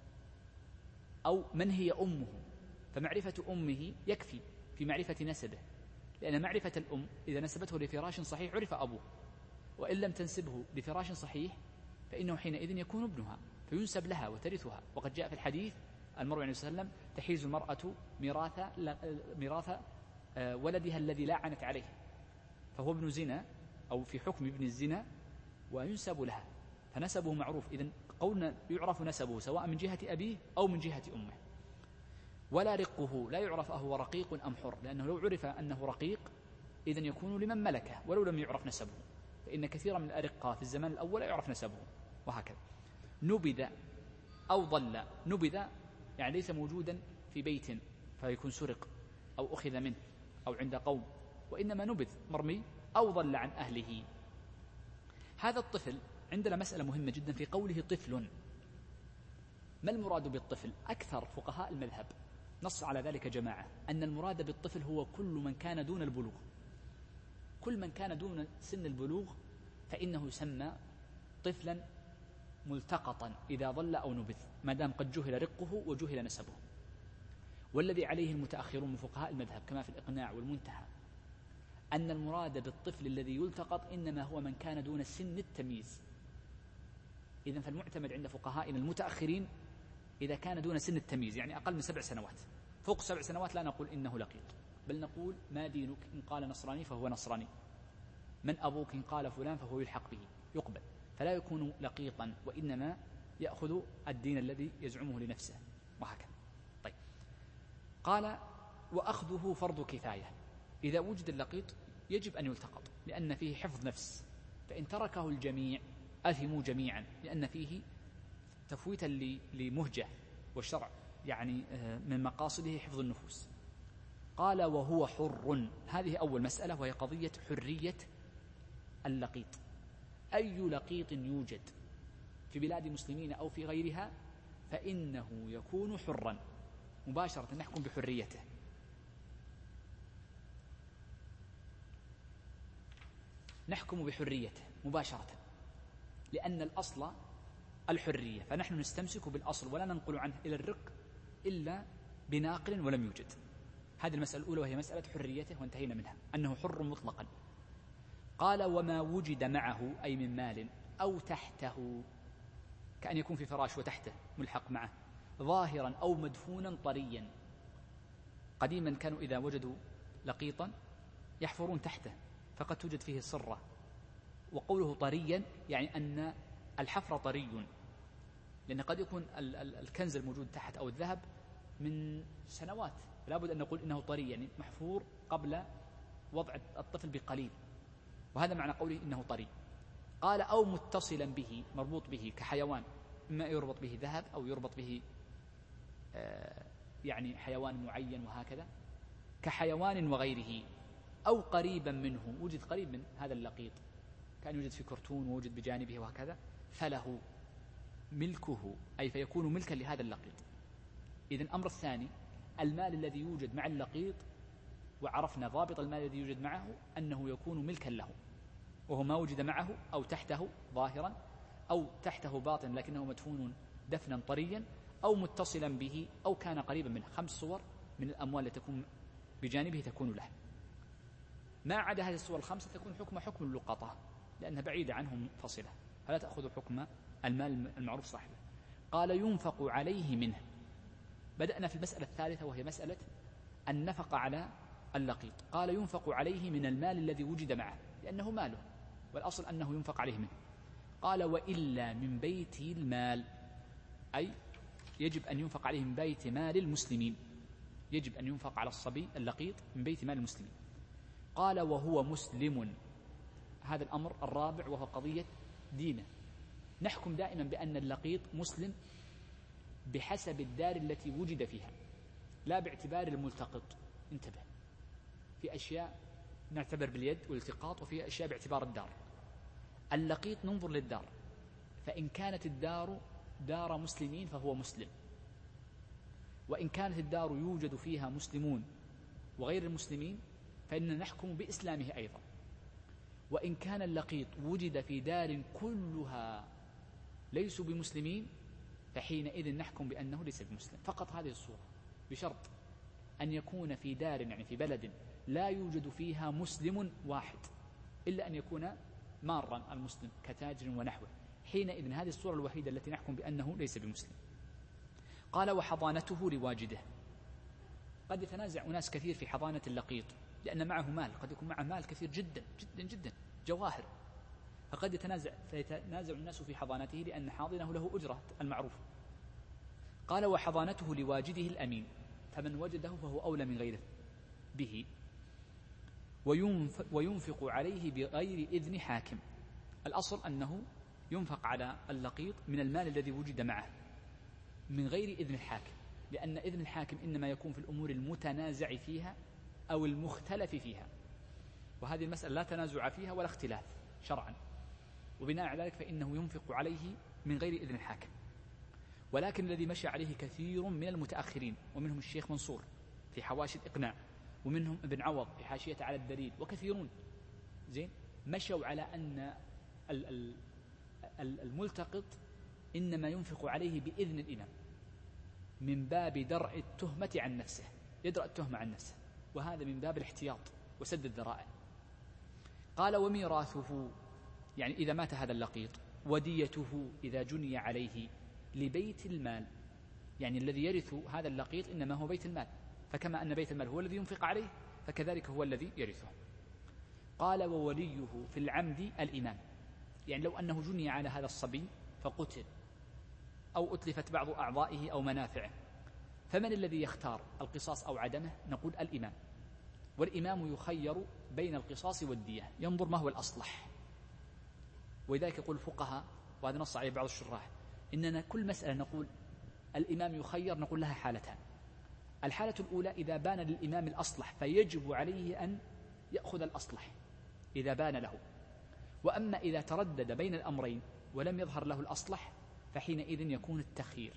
أو من هي أمه، فمعرفة أمه يكفي في معرفة نسبه، لأن معرفة الأم إذا نسبته لفراش صحيح عرف أبوه، وإن لم تنسبه لفراش صحيح فإنه حينئذ يكون ابنها فينسب لها وترثها. وقد جاء في الحديث المروي عنه صلى الله عليه وسلم تحيز المرأة ميراث ميراث ولدها الذي لا عنت عليه، فهو ابن زنا أو في حكم ابن الزنا وينسب لها، فنسبه معروف. إذن قولنا يعرف نسبه سواء من جهة أبيه أو من جهة أمه. ولا رقه، لا يعرف أهو رقيق أم حر، لأنه لو عرف أنه رقيق إذن يكون لمن ملكه ولو لم يعرف نسبه، فإن كثيرا من الأرقاء في الزمان الأول لا يعرف نسبه، وهكذا. نبذ أو ضل، نبذ يعني ليس موجودا في بيت فيكون سرق أو أخذ منه أو عند قوم، وإنما نبذ مرمي أو ضل عن أهله. هذا الطفل عندنا مسألة مهمة جدا في قوله طفل، ما المراد بالطفل؟ أكثر فقهاء المذهب نص على ذلك جماعة أن المراد بالطفل هو كل من كان دون البلوغ، كل من كان دون سن البلوغ فإنه يسمى طفلا ملتقطا إذا ضل أو نبذ، ما دام قد جهل رقه وجهل نسبه. والذي عليه المتأخرون من فقهاء المذهب كما في الإقناع والمنتهى أن المراد بالطفل الذي يلتقط إنما هو من كان دون سن التمييز. إذن فالمعتمد عند فقهائنا المتأخرين إذا كان دون سن التمييز، يعني أقل من سبع سنوات، فوق سبع سنوات لا نقول إنه لقيط، بل نقول ما دينك؟ إن قال نصراني فهو نصراني، من أبوك؟ إن قال فلان فهو يلحق به، يقبل، فلا يكون لقيطا، وإنما يأخذ الدين الذي يزعمه لنفسه، وهكذا. طيب، قال وأخذه فرض كفاية، إذا وجد اللقيط يجب أن يلتقط لأن فيه حفظ نفس، فإن تركه الجميع أثموا جميعا لأن فيه تفويتا لمهجة، والشرع يعني من مقاصده حفظ النفوس. قال وهو حر، هذه أول مسألة وهي قضية حرية اللقيط. أي لقيط يوجد في بلاد مسلمين أو في غيرها فإنه يكون حرا مباشرة، نحكم بحريته. نحكم بحريته مباشرة لأن الأصل الحرية، فنحن نستمسك بالأصل ولا ننقل عنه إلى الرق إلا بناقل ولم يوجد. هذه المسألة الأولى وهي مسألة حريته وانتهينا منها، أنه حر مطلقا. قال وما وجد معه أي من مال أو تحته، كأن يكون في فراش وتحته ملحق معه، ظاهرا أو مدفونا طريا. قديما كانوا إذا وجدوا لقيطا يحفرون تحته فقد توجد فيه صرة، وقوله طريا يعني أن الحفر طري، لأن قد يكون الكنز الموجود تحت أو الذهب من سنوات، لا بد أن نقول إنه طري يعني محفور قبل وضع الطفل بقليل، وهذا معنى قوله إنه طري. قال أو متصلا به، مربوط به كحيوان، إما يربط به ذهب أو يربط به آه يعني حيوان معين وهكذا، كحيوان وغيره، أو قريبا منه، وجد قريب من هذا اللقيط كان يوجد في كرتون ووجد بجانبه وهكذا، فله ملكه، أي فيكون ملكا لهذا اللقيط. إذن الأمر الثاني المال الذي يوجد مع اللقيط، وعرفنا ضابط المال الذي يوجد معه أنه يكون ملكا له، وهو ما وجد معه أو تحته ظاهرا أو تحته باطن لكنه مدفون دفنا طريا، أو متصلا به أو كان قريبا منه. خمس صور من الأموال التي تكون بجانبه تكون له. ما عدا هذه الصور الخمسة تكون حكم حكم اللقطة لأنها بعيدة عنه منفصلة، فلا تأخذ حكم المال المعروف صاحبه. قال ينفق عليه منه. بدأنا في المسألة الثالثة وهي مسألة النفق على اللقيط. قال ينفق عليه من المال الذي وجد معه لأنه ماله، والأصل أنه ينفق عليه منه. قال وإلا من بيت المال، أي يجب أن ينفق عليه من بيت مال المسلمين، يجب أن ينفق على الصبي اللقيط من بيت مال المسلمين. قال وهو مسلم، هذا الأمر الرابع وهو قضية دينه. نحكم دائما بأن اللقيط مسلم بحسب الدار التي وجد فيها، لا باعتبار الملتقط. انتبه، في أشياء نعتبر باليد والالتقاط، وفي أشياء باعتبار الدار. اللقيط ننظر للدار، فإن كانت الدار دار مسلمين فهو مسلم، وإن كانت الدار يوجد فيها مسلمون وغير المسلمين فإننا نحكم بإسلامه أيضا. وإن كان اللقيط وجد في دار كلها ليسوا بمسلمين فحينئذ نحكم بأنه ليس بمسلم. فقط هذه الصورة، بشرط أن يكون في دار يعني في بلد لا يوجد فيها مسلم واحد، إلا أن يكون مارا المسلم كتاجر ونحوه، حينئذ هذه الصورة الوحيدة التي نحكم بأنه ليس بمسلم. قال وحضانته لواجده. قد يتنازع أناس كثير في حضانة اللقيط لأن معه مال، قد يكون معه مال كثير جدا جدا جدا جواهر، فقد يتنازع فيتنازع الناس في حضانته لأن حاضنه له أجرة المعروف. قال وحضانته لواجده الأمين، فمن وجده فهو أولى من غيره به. وينفق عليه بغير إذن حاكم. الأصل أنه ينفق على اللقيط من المال الذي وجد معه من غير إذن الحاكم، لأن إذن الحاكم إنما يكون في الأمور المتنازع فيها أو المختلف فيها، وهذه المسألة لا تنازع فيها ولا اختلاف شرعا، وبناء على ذلك فإنه ينفق عليه من غير إذن الحاكم. ولكن الذي مشى عليه كثير من المتأخرين، ومنهم الشيخ منصور في حواشي الإقناع، ومنهم ابن عوض في حاشية على الدليل، وكثيرون زين، مشوا على أن الملتقط إنما ينفق عليه بإذن الإمام من باب درء التهمة عن نفسه، يدرأ التهمة عن نفسه، وهذا من باب الاحتياط وسد الذرائع. قال وميراثه، يعني إذا مات هذا اللقيط، وديته إذا جني عليه لبيت المال، يعني الذي يرث هذا اللقيط إنما هو بيت المال، فكما أن بيت المال هو الذي ينفق عليه فكذلك هو الذي يرثه. قال ووليه في العمد الإمام، يعني لو أنه جني على هذا الصبي فقتل أو أتلفت بعض أعضائه أو منافعه، فمن الذي يختار القصاص أو عدمه؟ نقول الإمام، والإمام يخير بين القصاص والدية، ينظر ما هو الأصلح. ولذلك يقول الفقهاء، وهذا نص عليه بعض الشراح، إننا كل مسألة نقول الإمام يخير نقول لها حالتان. الحالة الأولى إذا بان للإمام الأصلح فيجب عليه أن يأخذ الأصلح إذا بان له، وأما إذا تردد بين الأمرين ولم يظهر له الأصلح فحينئذ يكون التخيير.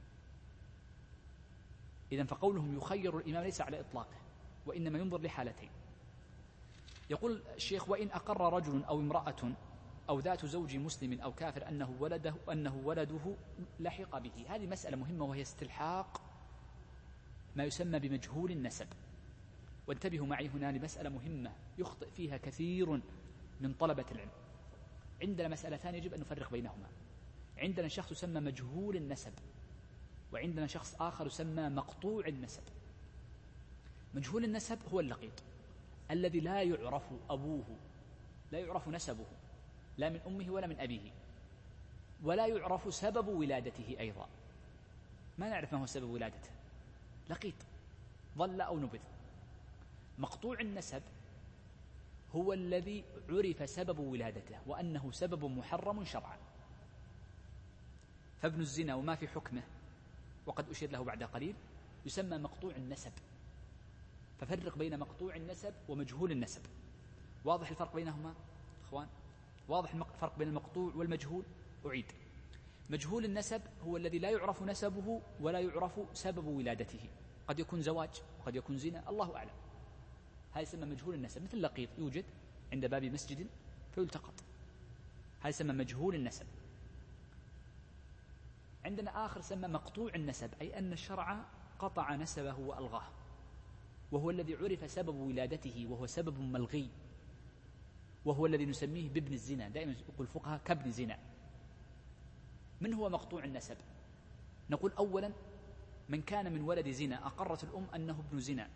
إذن فقولهم يخير الإمام ليس على إطلاقه، وإنما ينظر لحالتين. يقول الشيخ وإن أقر رجل أو امرأة أو ذات زوج مسلم أو كافر أنه ولده, أنه ولده لحق به. هذه مسألة مهمة وهي استلحاق ما يسمى بمجهول النسب. وانتبهوا معي هنا لمسألة مهمة يخطئ فيها كثير من طلبة العلم. عندنا مسألتان يجب أن نفرق بينهما. عندنا شخص يسمى مجهول النسب، وعندنا شخص آخر يسمى مقطوع النسب. مجهول النسب هو اللقيط الذي لا يعرف أبوه، لا يعرف نسبه لا من أمه ولا من أبيه، ولا يعرف سبب ولادته أيضا، ما نعرف ما هو سبب ولادته، لقيط ظل أو نبذ. مقطوع النسب هو الذي عرف سبب ولادته وأنه سبب محرم شرعا، فابن الزنا وما في حكمه وقد أشير له بعد قليل يسمى مقطوع النسب. ففرق بين مقطوع النسب ومجهول النسب. واضح الفرق بينهما أخوان؟ واضح الفرق بين المقطوع والمجهول؟ أعيد. مجهول النسب هو الذي لا يعرف نسبه ولا يعرف سبب ولادته، قد يكون زواج وقد يكون زنا، الله أعلم. هذا يسمى مجهول النسب، مثل لقيط يوجد عند باب مسجد فيلتقط، هذا يسمى مجهول النسب. عندنا آخر يسمى مقطوع النسب، أي أن الشرع قطع نسبه وألغاه، وهو الذي عرف سبب ولادته وهو سبب ملغي، وهو الذي نسميه بابن الزنا. دائما يقول الفقهاء كابن زنا. من هو مقطوع النسب؟ نقول أولا من كان من ولد زنا أقرت الأم أنه ابن زنا.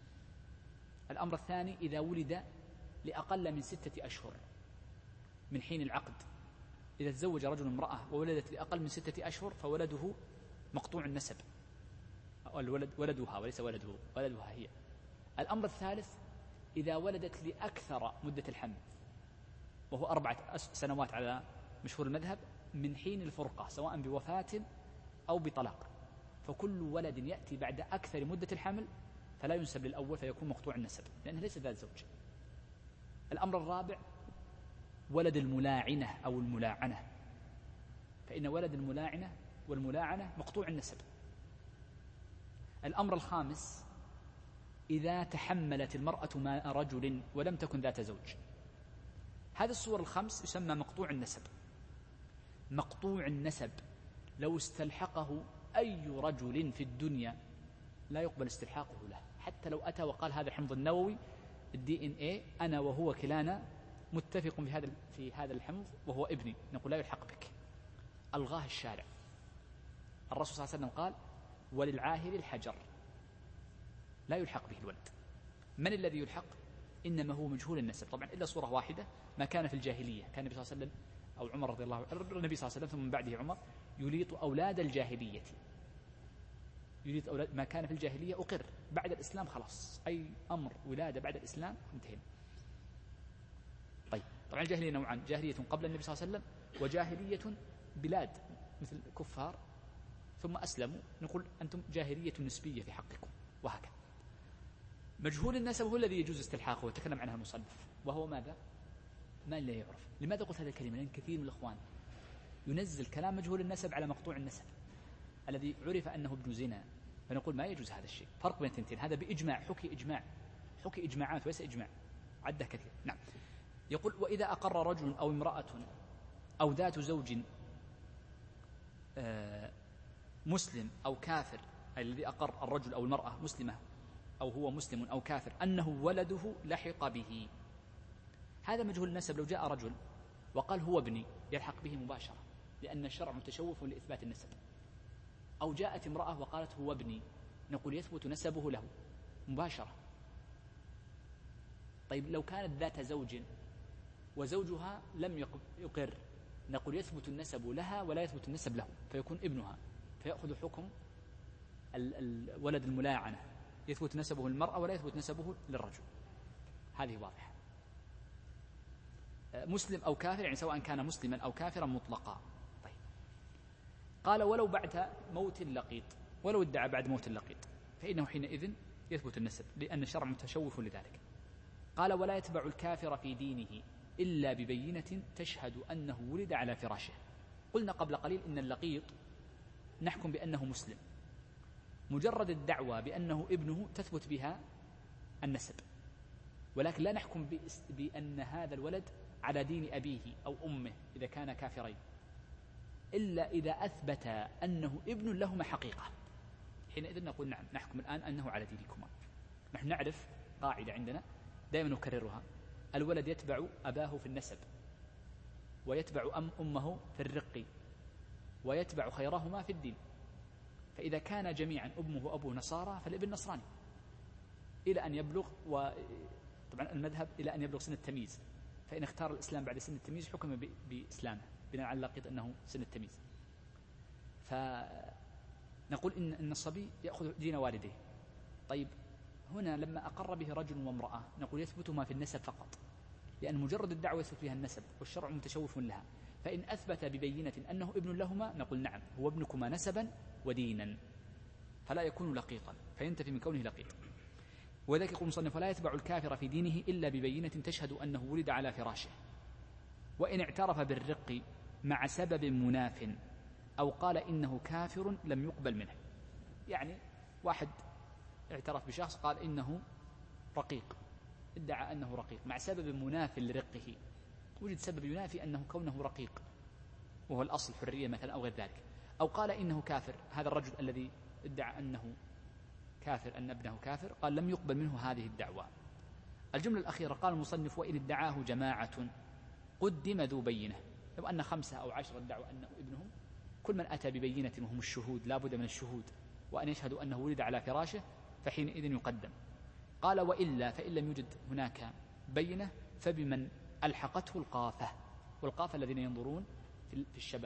الأمر الثاني إذا ولد لأقل من ستة أشهر من حين العقد، إذا تزوج رجل امرأة وولدت لأقل من ستة أشهر فولده مقطوع النسب، الولد ولدها وليس ولده، ولدها هي. الأمر الثالث إذا ولدت لأكثر مدة الحمل، وهو أربعة سنوات على مشهور المذهب من حين الفرقة سواء بوفاة أو بطلاق، فكل ولد يأتي بعد أكثر مدة الحمل فلا ينسب للأول فيكون مقطوع النسب لأنه ليس ذات زوج. الأمر الرابع ولد الملاعنة أو الملاعنة، فإن ولد الملاعنة والملاعنة مقطوع النسب. الأمر الخامس إذا تحملت المرأة ماء رجل ولم تكن ذات زوج. هذه الصور الخمس يسمى مقطوع النسب. مقطوع النسب لو استلحقه أي رجل في الدنيا لا يقبل استلحاقه له، حتى لو أتى وقال هذا حمض النووي الدي إن إيه أنا وهو كلانا متفق في هذا في هذا الحمض وهو ابني، نقول لا يلحق بك. ألغاه الشارع. الرسول صلى الله عليه وسلم قال وللعاهر الحجر، لا يلحق به الولد. من الذي يلحق؟ إنما هو مجهول النسب طبعا، إلا صورة واحدة ما كان في الجاهلية، كان النبي صلى الله عليه وسلم أو عمر رضي الله عنه، النبي صلى الله عليه وسلم ثم من بعده عمر يليط أولاد الجاهلية، يليط أولاد ما كان في الجاهلية أقر، بعد الإسلام خلاص أي أمر ولادة بعد الإسلام انتهينا. طيب طبعا الجاهلية نوعان، جاهلية قبل النبي صلى الله عليه وسلم وجاهلية بلاد مثل كفار ثم أسلموا، نقول أنتم جاهلية نسبية في حقكم، وهكذا. مجهول النسب هو الذي يجوز استلحاقه وتكلم عنها المصنف، وهو ماذا؟ ما لا يعرف. لماذا قلت هذه الكلمة؟ لأن كثير من الإخوان ينزل كلام مجهول النسب على مقطوع النسب الذي عرف أنه ابن زنا، فنقول ما يجوز هذا الشيء. فرق بين التنتين، هذا بإجماع، حكي إجماع، حكي إجماعات وليس إجماع، عده كثير. نعم. يقول وإذا أقر رجل أو امرأة أو ذات زوج مسلم أو كافر، الذي أقر الرجل أو المرأة مسلمة أو هو مسلم أو كافر أنه ولده لحق به، هذا مجهول النسب. لو جاء رجل وقال هو ابني يلحق به مباشرة، لأن الشرع متشوف لإثبات النسب. أو جاءت امرأة وقالت هو ابني، نقول يثبت نسبه له مباشرة. طيب لو كانت ذات زوج وزوجها لم يقر، نقول يثبت النسب لها ولا يثبت النسب له، فيكون ابنها، فيأخذ حكم الولد الملاعنة، يثبت نسبه للمرأة ولا يثبت نسبه للرجل. هذه واضحة. مسلم أو كافر، يعني سواء كان مسلما أو كافرا مطلقا. طيب قال ولو بعد موت اللقيط، ولو ادعى بعد موت اللقيط فإنه حينئذ يثبت النسب، لأن الشرع متشوف لذلك. قال ولا يتبع الكافر في دينه إلا ببينة تشهد أنه ولد على فراشه. قلنا قبل قليل إن اللقيط نحكم بأنه مسلم، مجرد الدعوة بأنه ابنه تثبت بها النسب، ولكن لا نحكم بأن هذا الولد على دين أبيه أو أمه إذا كان كافرين، إلا إذا أثبت أنه ابن لهما حقيقة، حينئذ نقول نعم نحكم الآن أنه على دينكما. نحن نعرف قاعدة عندنا دائما نكررها: الولد يتبع أباه في النسب، ويتبع أم أمه في الرق، ويتبع خيرهما في الدين. فإذا كان جميعا أمه وأبوه نصارى فالابن نصراني إلى أن يبلغ، وطبعا المذهب إلى أن يبلغ سن التمييز، فإن اختار الإسلام بعد سن التمييز حكم بإسلامه بناء على اللقيط أنه سن التمييز. فنقول إن إن الصبي يأخذ دين والديه. طيب هنا لما أقر به رجل وامرأة نقول يثبتهما في النسب فقط، لأن مجرد الدعوة يثبت فيها النسب والشرع متشوف لها. فإن أثبت ببينة أنه ابن لهما نقول نعم هو ابنكما نسبا ودينا، فلا يكون لقيطا، فينتفي من كونه لقيط. وذلك يقول المصنف: ولا يتبع الكافر في دينه إلا ببينة تشهد أنه ولد على فراشه، وإن اعترف بالرق مع سبب مناف أو قال إنه كافر لم يقبل منه. يعني واحد اعترف بشخص قال إنه رقيق، ادعى أنه رقيق مع سبب مناف لرقه، وجد سبب ينافي أنه كونه رقيق وهو الأصل حرية مثلا أو غير ذلك، أو قال إنه كافر. هذا الرجل الذي ادعى أنه كافر أن ابنه كافر قال لم يقبل منه هذه الدعوة. الجملة الأخيرة قال المصنف: وإن ادعاه جماعة قدم ذو بينة. لو أن خمسة أو عشرة ادعوا أنه ابنهم، كل من أتى ببينة وهم الشهود، لا بد من الشهود وأن يشهدوا أنه ولد على فراشه، فحينئذ يقدم. قال: وإلا فإن لم يوجد هناك بينة فبمن ألحقته القافة، والقافة الذين ينظرون في الشبه،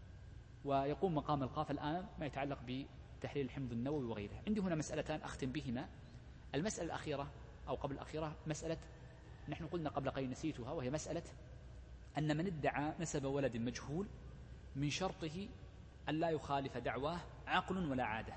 ويقوم مقام القافة الآن ما يتعلق بتحليل الحمض النووي وغيره. عندي هنا مسألتان أختم بهما. المسألة الأخيرة أو قبل الأخيرة مسألة نحن قلنا قبل قليل نسيتها، وهي مسألة أن من ادعى نسب ولد مجهول من شرطه أن لا يخالف دعواه عقل ولا عادة،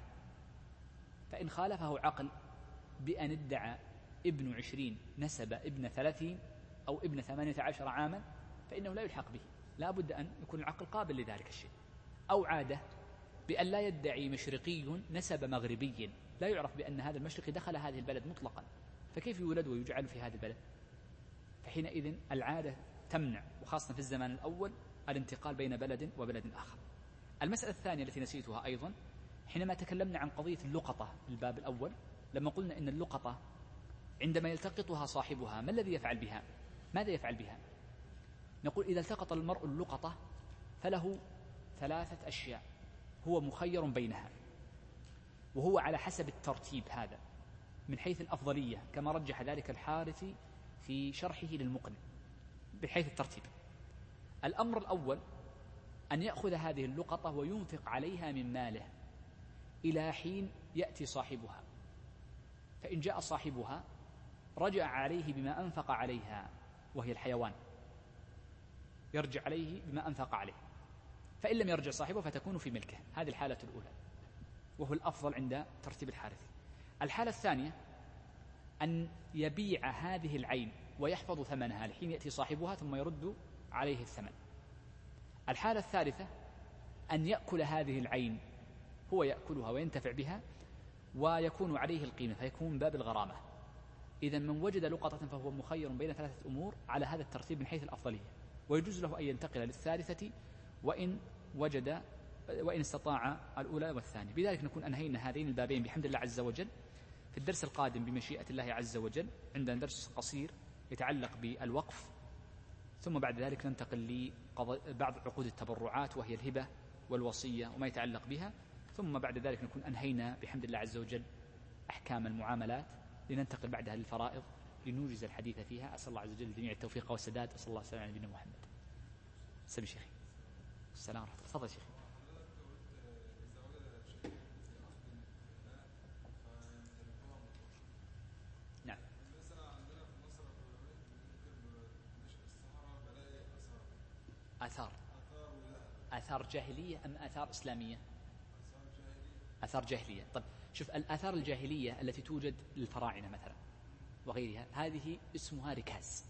فإن خالفه عقل بأن ادعى ابن عشرين نسب ابن ثلاثين أو ابن ثمانية عشر عاما فإنه لا يلحق به، لا بد أن يكون العقل قابل لذلك الشيء. أو عادة بأن لا يدعي مشرقي نسب مغربي، لا يعرف بأن هذا المشرقي دخل هذه البلد مطلقا، فكيف يولد ويجعل في هذا البلد؟ فحينئذ العادة تمنع، وخاصة في الزمان الأول، الانتقال بين بلد وبلد آخر. المسألة الثانية التي نسيتها أيضا حينما تكلمنا عن قضية اللقطة الباب الأول، لما قلنا إن اللقطة عندما يلتقطها صاحبها ما الذي يفعل بها؟ ماذا يفعل بها؟ نقول إذا التقط المرء اللقطة فله ثلاثة أشياء هو مخير بينها، وهو على حسب الترتيب هذا من حيث الأفضلية، كما رجح ذلك الحارثي في شرحه للمقنع بحيث الترتيب. الأمر الأول أن يأخذ هذه اللقطة وينفق عليها من ماله إلى حين يأتي صاحبها، فإن جاء صاحبها رجع عليه بما أنفق عليها، وهي الحيوان، يرجع عليه بما أنفق عليه. فإن لم يرجع صاحبه فتكون في ملكه. هذه الحالة الأولى، وهو الأفضل عند ترتيب الحارثي. الحالة الثانية أن يبيع هذه العين ويحفظ ثمنها لحين يأتي صاحبها ثم يرد عليه الثمن. الحالة الثالثة أن يأكل هذه العين، هو يأكلها وينتفع بها ويكون عليه القيمة، فيكون باب الغرامة. إذا من وجد لقطة فهو مخير بين ثلاثة أمور على هذا الترتيب من حيث الأفضلية، ويجوز له أن ينتقل للثالثة وإن وجد وإن استطاع الأولى والثانية. بذلك نكون أنهينا هذين البابين بحمد الله عز وجل. في الدرس القادم بمشيئة الله عز وجل عندنا درس قصير يتعلق بالوقف، ثم بعد ذلك ننتقل لبعض عقود التبرعات وهي الهبة والوصية وما يتعلق بها، ثم بعد ذلك نكون أنهينا بحمد الله عز وجل أحكام المعاملات، لننتقل بعدها للفرائض لنوجز الحديث فيها. أسأل الله عز وجل الجميع التوفيق والسداد. أسأل الله السلام على نبينا محمد. سمي شيخي. السلام ورحمة الله. تفضل شيخي. نعم. آثار آثار جاهلية أم آثار إسلامية؟ آثار جاهلية. طيب شوف، الآثار الجاهلية التي توجد للفراعنة مثلا وغيرها هذه اسمها ركاز.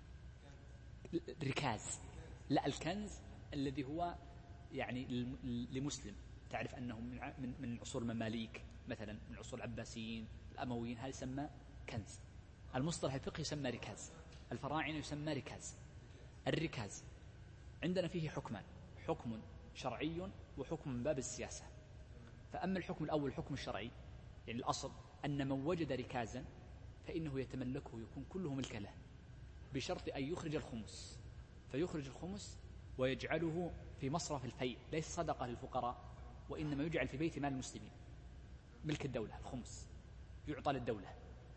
ركاز لا، الكنز الذي هو يعني لمسلم، تعرف أنه من من عصور المماليك مثلا، من عصور العباسيين الأمويين، هذا يسمى كنز. المصطلح الفقهي يسمى ركاز، الفراعنة يسمى ركاز. الركاز عندنا فيه حكمان، حكم شرعي وحكم من باب السياسة. فأما الحكم الأول الحكم الشرعي، يعني الأصل أن من وجد ركازا فإنه يتملكه، يكون كله ملك له، بشرط أن يخرج الخمس، فيخرج الخمس ويجعله في مصرف الفيء، ليس صدقة للفقراء وإنما يجعل في بيت مال المسلمين، ملك الدولة. الخمس يعطى للدولة،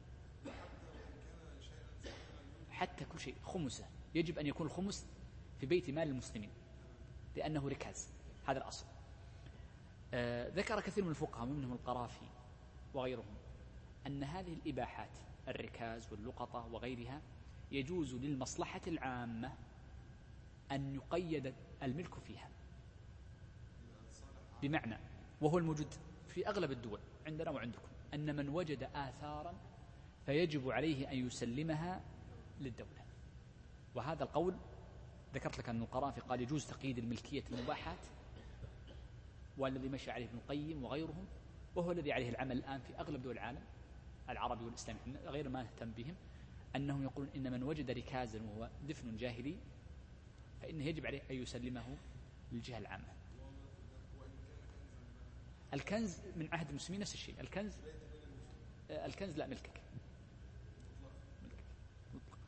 حتى كل شيء خمسه يجب أن يكون الخمس في بيت مال المسلمين لأنه ركاز. هذا الأصل. آه ذكر كثير من الفقهاء منهم القرافي وغيرهم أن هذه الإباحات الركاز واللقطة وغيرها يجوز للمصلحة العامة أن يقيد الملك فيها، بمعنى وهو الموجود في أغلب الدول عندنا وعندكم، أن من وجد آثارا فيجب عليه أن يسلمها للدولة. وهذا القول ذكرت لك أن القرافي قال يجوز تقييد الملكية المباحات، والذي مشى عليه ابن القيم وغيرهم، وهو الذي عليه العمل الآن في أغلب دول العالم العربي والإسلامي غير ما نهتم بهم، أنهم يقولون إن من وجد ركازا وهو دفن جاهلي فإنه يجب عليه أن يسلمه للجهة العامة. الكنز من عهد المسلمين نفس الشيء. الكنز الكنز لا، ملكك ملكك مطلق.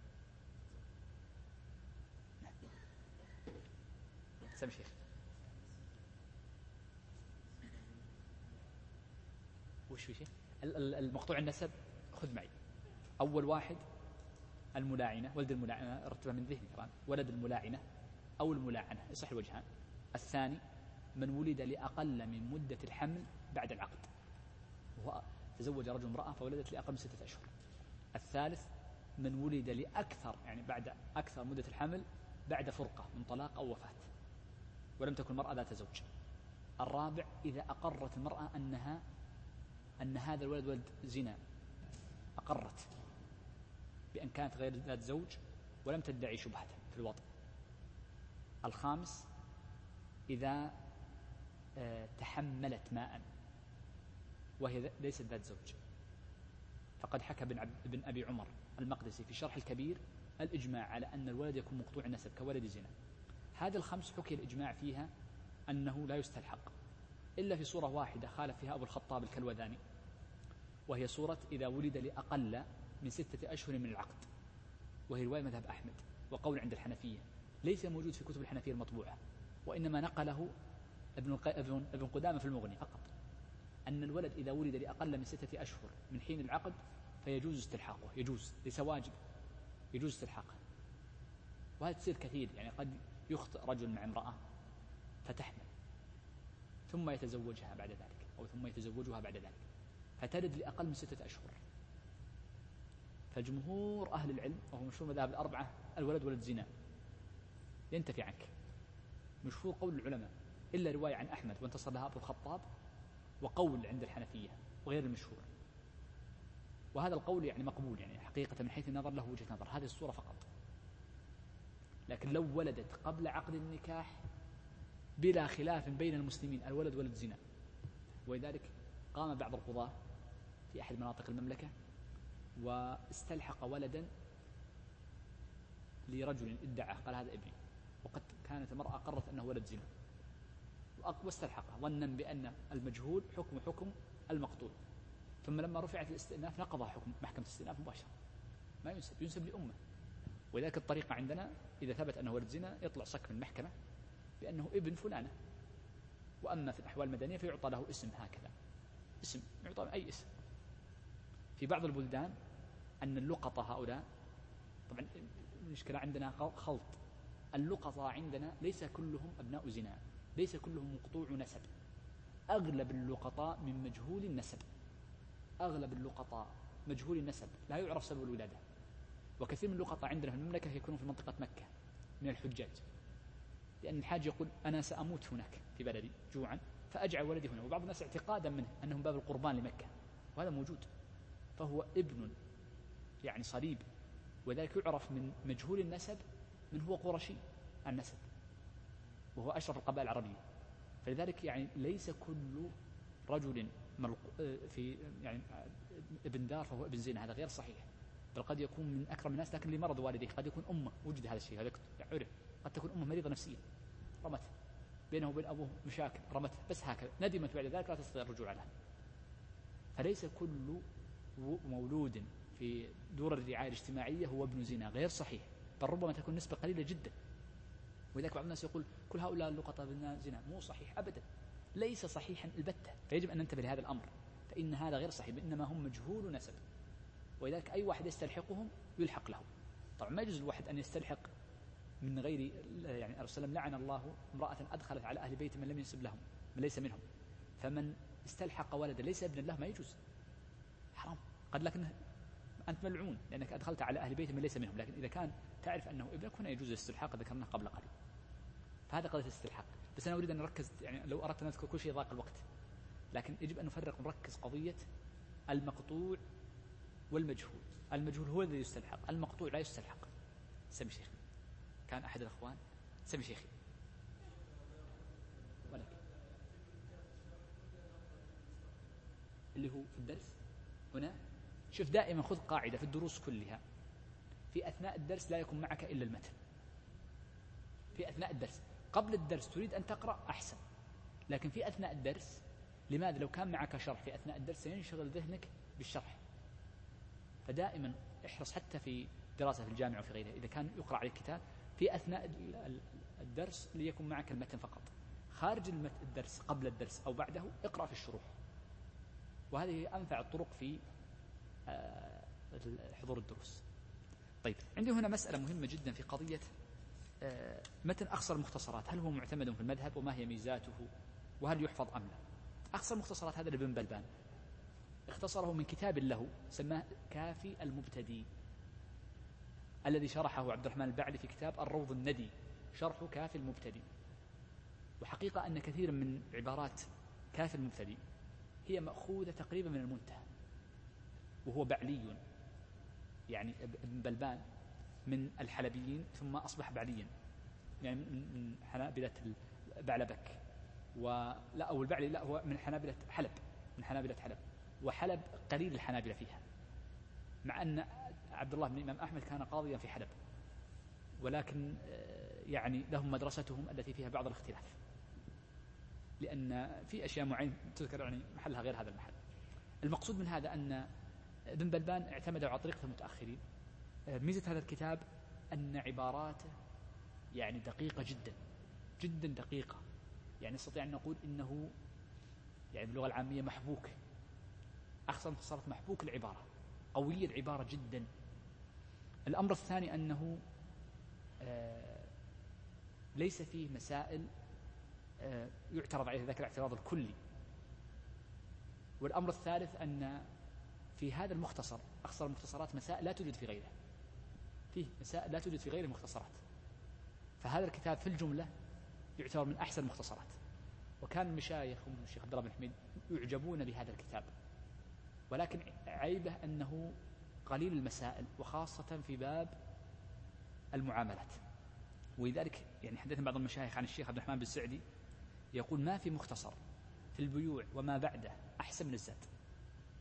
سم شيخ. وش في شيء المقطوع النسب؟ خذ معي أول واحد الملاعنة، ولد الملاعنة، رتبها من ذهني ترى، ولد الملاعنة أو الملاعنة يصح الوجهان. الثاني من ولد لأقل من مدة الحمل بعد العقد، وهو تزوج رجل امرأة فولدت لأقل من ستة أشهر. الثالث من ولد لأكثر، يعني بعد أكثر مدة الحمل بعد فرقة من طلاق أو وفاة ولم تكن المرأة ذات زوج. الرابع إذا أقرت المرأة أنها أن هذا الولد ولد زنا، أقرت بأن كانت غير ذات زوج ولم تدعي شبهة في الوطن. الخامس إذا تحملت ماء وهي ليست ذات زوج، فقد حكى ابن أبي عمر المقدسي في شرح الكبير الإجماع على أن الولد يكون مقطوع النسب كولد زنا. هذه الخمس حكي الإجماع فيها أنه لا يستلحق إلا في صورة واحدة خالف فيها أبو الخطاب الكلوذاني، وهي صورة إذا ولد لأقل من ستة أشهر من العقد، وهي رواية مذهب أحمد وقول عند الحنفية، ليس موجود في كتب الحنفية المطبوعة، وإنما نقله ابن ابن قدامة في المغني فقط، أن الولد إذا ولد لأقل من ستة أشهر من حين العقد فيجوز استلحاقه، يجوز ليس واجب، يجوز استلحاقه. وهذا تصير كثير، يعني قد يخطئ رجل مع امرأة فتحمل ثم يتزوجها بعد ذلك، أو ثم يتزوجها بعد ذلك فتلد لأقل من ستة أشهر. فجمهور أهل العلم وهو مشهور مذاهب الأربعة الولد ولد زنا ينتفي عنك، مشهور قول العلماء، إلا رواية عن أحمد وانتصر لها أبو الخطاب، وقول عند الحنفية وغير المشهور. وهذا القول يعني مقبول، يعني حقيقة من حيث النظر له وجهة نظر، هذه الصورة فقط. لكن لو ولدت قبل عقد النكاح بلا خلاف بين المسلمين الولد ولد زنا، ولذلك قام بعض القضاة في أحد مناطق المملكة واستلحق ولدا لرجل ادعى قال هذا ابني، وقد كانت المرأة قررت أنه ولد زنا واستلحقه ظنا بأن المجهول حكم حكم المقتول، ثم لما رفعت الاستئناف نقضها حكم محكمة الاستئناف مباشرة، ما ينسب، ينسب لأمه. ولذلك الطريقة عندنا إذا ثبت أنه ولد زنا يطلع صك من المحكمة بأنه ابن فلانة. وأما في الأحوال المدنية فيعطى له اسم هكذا، اسم يعطى أي اسم. في بعض البلدان أن اللقطة هؤلاء، طبعا المشكلة عندنا خلط، اللقطة عندنا ليس كلهم أبناء زنا، ليس كلهم مقطوع نسب، أغلب اللقطاء من مجهول النسب، أغلب اللقطاء مجهول النسب لا يعرف سبب الولادة. وكثير من اللقطاء عندنا في المملكة يكونون في منطقة مكة من الحجاج، لأن الحاج يقول أنا سأموت هناك في بلدي جوعا فأجعل ولدي هنا، وبعض الناس اعتقادا منه أنهم باب القربان لمكة، وهذا موجود، فهو ابن يعني صليب، وذلك يعرف من مجهول النسب من هو قرشي النسب وهو أشرف القبائل العربية. فلذلك يعني ليس كل رجل في يعني ابن دار فهو ابن زنا، هذا غير صحيح، بل قد يكون من أكرم الناس لكن لمرض والديه، قد يكون أمه وجد هذا الشيء، هذا عرف، قد تكون أمه مريضة نفسيا رمته، بينه وبين أبوه مشاكل رمته، بس هكذا ندمت بعد ذلك لا تستطيع الرجوع عنها. فليس كل مولود في دور الرعاية الاجتماعية هو ابن زنا، غير صحيح، بل ربما تكون نسبة قليلة جدا. ولذلك بعض الناس يقول كل هؤلاء اللقطاء ابناء زنا، مو صحيح أبدا، ليس صحيحا البتة، فيجب أن ننتبه لهذا الأمر، فإن هذا غير صحيح، إنما هم مجهول نسب، ولذلك أي واحد يستلحقهم يلحق له. طبعا ما يجوز الواحد أن يستلحق من غير، يعني الرسول صلى الله عليه وسلم لعن الله امرأة أدخلت على أهل بيت من لم ينسب لهم، من ليس منهم، فمن استلحق ولدا ليس ابنا له ما يجوز، حرام، قد لكنه أنت ملعون لأنك أدخلت على أهل بيت من ليس منهم، لكن إذا كان تعرف أنه ابنك هنا يجوز الاستلحاق، ذكرناه قبل قليل، فهذا قضية الاستلحاق. بس أنا أريد أن نركز، يعني لو أردت أن نذكر كل شيء ضاق الوقت، لكن يجب أن نفرق ونركز قضية المقطوع والمجهول. المجهول هو الذي يستلحق، المقطوع لا يستلحق. سمي شيخ، كان أحد الأخوان، سمي شيخي ولك اللي هو في الدرس هنا. شوف دائما خذ قاعدة في الدروس كلها، في أثناء الدرس لا يكون معك إلا المتن، في أثناء الدرس. قبل الدرس تريد أن تقرأ أحسن، لكن في أثناء الدرس لماذا؟ لو كان معك شرح في أثناء الدرس سينشغل ذهنك بالشرح، فدائما احرص حتى في دراسة في الجامعة وفي غيرها، إذا كان يقرأ عليك كتاب في أثناء الدرس ليكن معك المتن فقط، خارج الدرس قبل الدرس أو بعده اقرأ في الشروح، وهذه أنفع الطرق في حضور الدروس. طيب، عندي هنا مسألة مهمة جدا في قضية متن أخصر المختصرات، هل هو معتمد في المذهب وما هي ميزاته وهل يحفظ أم لا؟ أخصر المختصرات هذا لابن بلبان، اختصره من كتاب له سماه كافي المبتدي، الذي شرحه عبد الرحمن البعلي في كتاب الروض الندي، شرح كافي المبتدي. وحقيقة أن كثير من عبارات كافي المبتدي هي مأخوذة تقريبا من المنتهى، وهو بعلي، يعني ابن بلبان من الحلبيين ثم أصبح بعليا، يعني من حنابلة بعلبك، ولا أو البعلي لا هو من حنابلة حلب، من حنابلة حلب، وحلب قليل الحنابلة فيها، مع أن عبد الله بن الإمام أحمد كان قاضيا في حلب، ولكن يعني لهم مدرستهم التي فيها بعض الاختلاف، لأن في أشياء معينة تذكر يعني محلها غير هذا المحل. المقصود من هذا أن ابن بلبان اعتمد على طريقة المتأخرين. ميزة هذا الكتاب أن عباراته يعني دقيقة جدا جدا دقيقة، يعني نستطيع أن نقول إنه يعني باللغة العامية محبوك، أخصر صارت محبوك العبارة، قوية العبارة جدا. الأمر الثاني أنه آه ليس فيه مسائل آه يعترض عليه ذاك الاعتراض الكلي. والأمر الثالث أن في هذا المختصر أخصر المختصرات مسائل لا توجد في غيره، فيه مسائل لا توجد في غير المختصرات، فهذا الكتاب في الجملة يعتبر من أحسن المختصرات. وكان المشايخ ومن الشيخ عبد الله بن حميد يعجبون بهذا الكتاب، ولكن عيبه أنه قليل المسائل، وخاصة في باب المعاملات. ولذلك يعني حدثنا بعض المشايخ عن الشيخ عبد الرحمن بن السعدي يقول ما في مختصر في البيوع وما بعده أحسن من الزاد،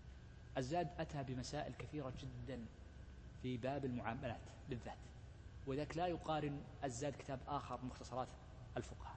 الزاد أتى بمسائل كثيرة جدا في باب المعاملات بالذات، وذاك لا يقارن الزاد كتاب آخر مختصرات الفقهاء،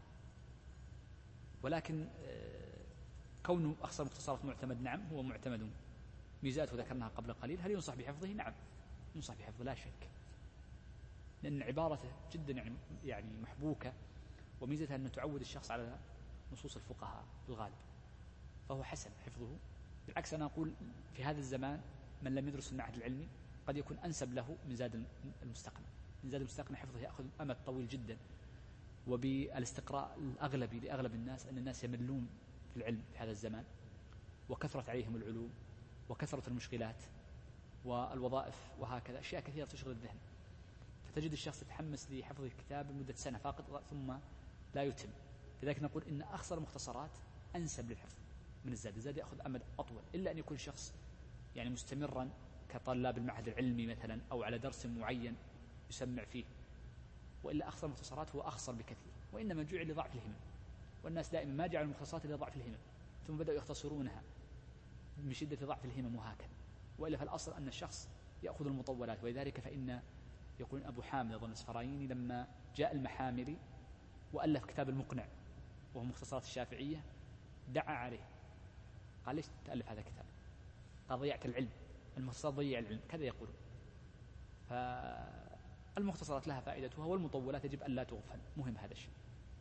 ولكن كونه أخصر مختصرات معتمد، نعم هو معتمد، ميزاته ذكرناها قبل قليل. هل ينصح بحفظه؟ نعم ينصح بحفظه لا شك، لأن عبارته جدا يعني يعني محبوكة، وميزتها أن تعود الشخص على نصوص الفقهاء في الغالب، فهو حسن حفظه. بالعكس أنا أقول في هذا الزمان من لم يدرس المعهد العلمي قد يكون أنسب له من زاد المستقنع. من زاد المستقنع حفظه يأخذ أمد طويل جدا، وبالاستقراء الأغلبي لأغلب الناس أن الناس يملون في العلم في هذا الزمان، وكثرت عليهم العلوم وكثرة المشغلات والوظائف وهكذا، أشياء كثيرة تشغل الذهن، فتجد الشخص يتحمس لحفظ الكتاب لمدة سنة فقط ثم لا يتم. لذلك نقول إن أخصر المختصرات أنسب للحفظ من الزاد. الزاد يأخذ أمد أطول، إلا أن يكون شخص يعني مستمرا كطلاب المعهد العلمي مثلا، أو على درس معين يسمع فيه، وإلا أخصر المختصرات هو أخصر بكثير، وإنما جعل لضعف الهمم، والناس دائما ما جعلوا المختصرات إلى ضعف الهمم، ثم بدأوا يختصرونها من شدة ضعف الهمم وهكذا، وإلا فالأصل أن الشخص يأخذ المطولات. ولذلك فإن يقول أبو حامد أظن الإسفرايني لما جاء المحاملي وألف كتاب المقنع وهو مختصرات الشافعية دعا عليه، قال ليش تألف هذا الكتاب؟ قال ضيعت العلم، المختصرات ضيع العلم، كذا يقول. فالمختصرات لها فائدتها، والمطولات يجب أن لا تغفل، مهم هذا الشيء.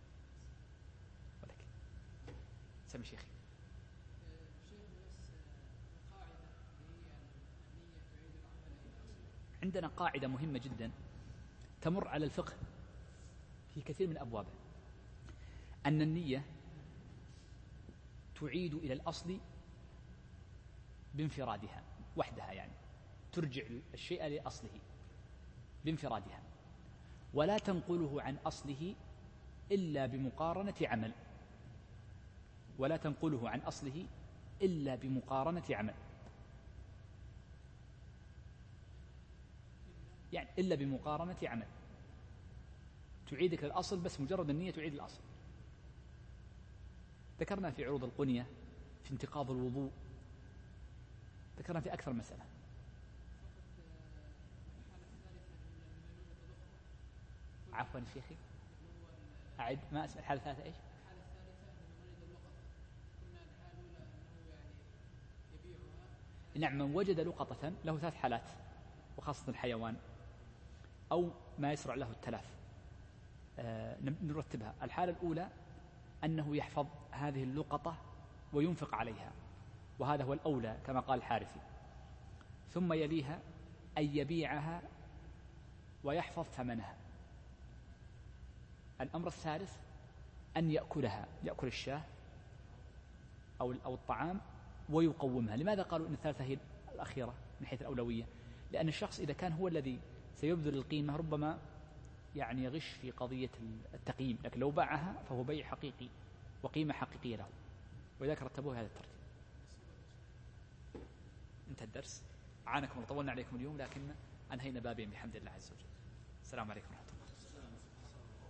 ولكن سمي شيخي. عندنا قاعدة مهمة جدا تمر على الفقه في كثير من أبوابه، أن النية تعيد إلى الأصل بانفرادها وحدها، يعني ترجع الشيء لأصله بانفرادها، ولا تنقله عن أصله إلا بمقارنة عمل، ولا تنقله عن أصله إلا بمقارنة عمل، يعني إلا بمقارنة عمل، تعيدك للأصل بس مجرد النية تعيد الأصل. ذكرنا في عروض القنية، في انتقاض الوضوء، ذكرنا في أكثر مسألة. عفوا شيخي أعد، ما أسمع الحالة الثالثة إيش؟ نعم، من وجد لقطة له ثلاث حالات، وخاصة الحيوان أو ما يسرع له التلاف. آه نرتبها. الحالة الأولى أنه يحفظ هذه اللقطة وينفق عليها، وهذا هو الأولى كما قال الحارثي. ثم يليها أن يبيعها ويحفظ ثمنها. الأمر الثالث أن يأكلها، يأكل الشاة أو أو الطعام ويقومها. لماذا قالوا أن الثالثة هي الأخيرة من حيث الأولوية؟ لأن الشخص إذا كان هو الذي سيبذل القيمة ربما يعني يغش في قضية التقييم، لكن لو باعها فهو بيع حقيقي وقيمة حقيقية له، ولذلك رتبوه هذا الترتيب. انتهى الدرس، عانكم وطولنا عليكم اليوم، لكن أنهينا بابين بحمد الله عز وجل. السلام عليكم ورحمة الله.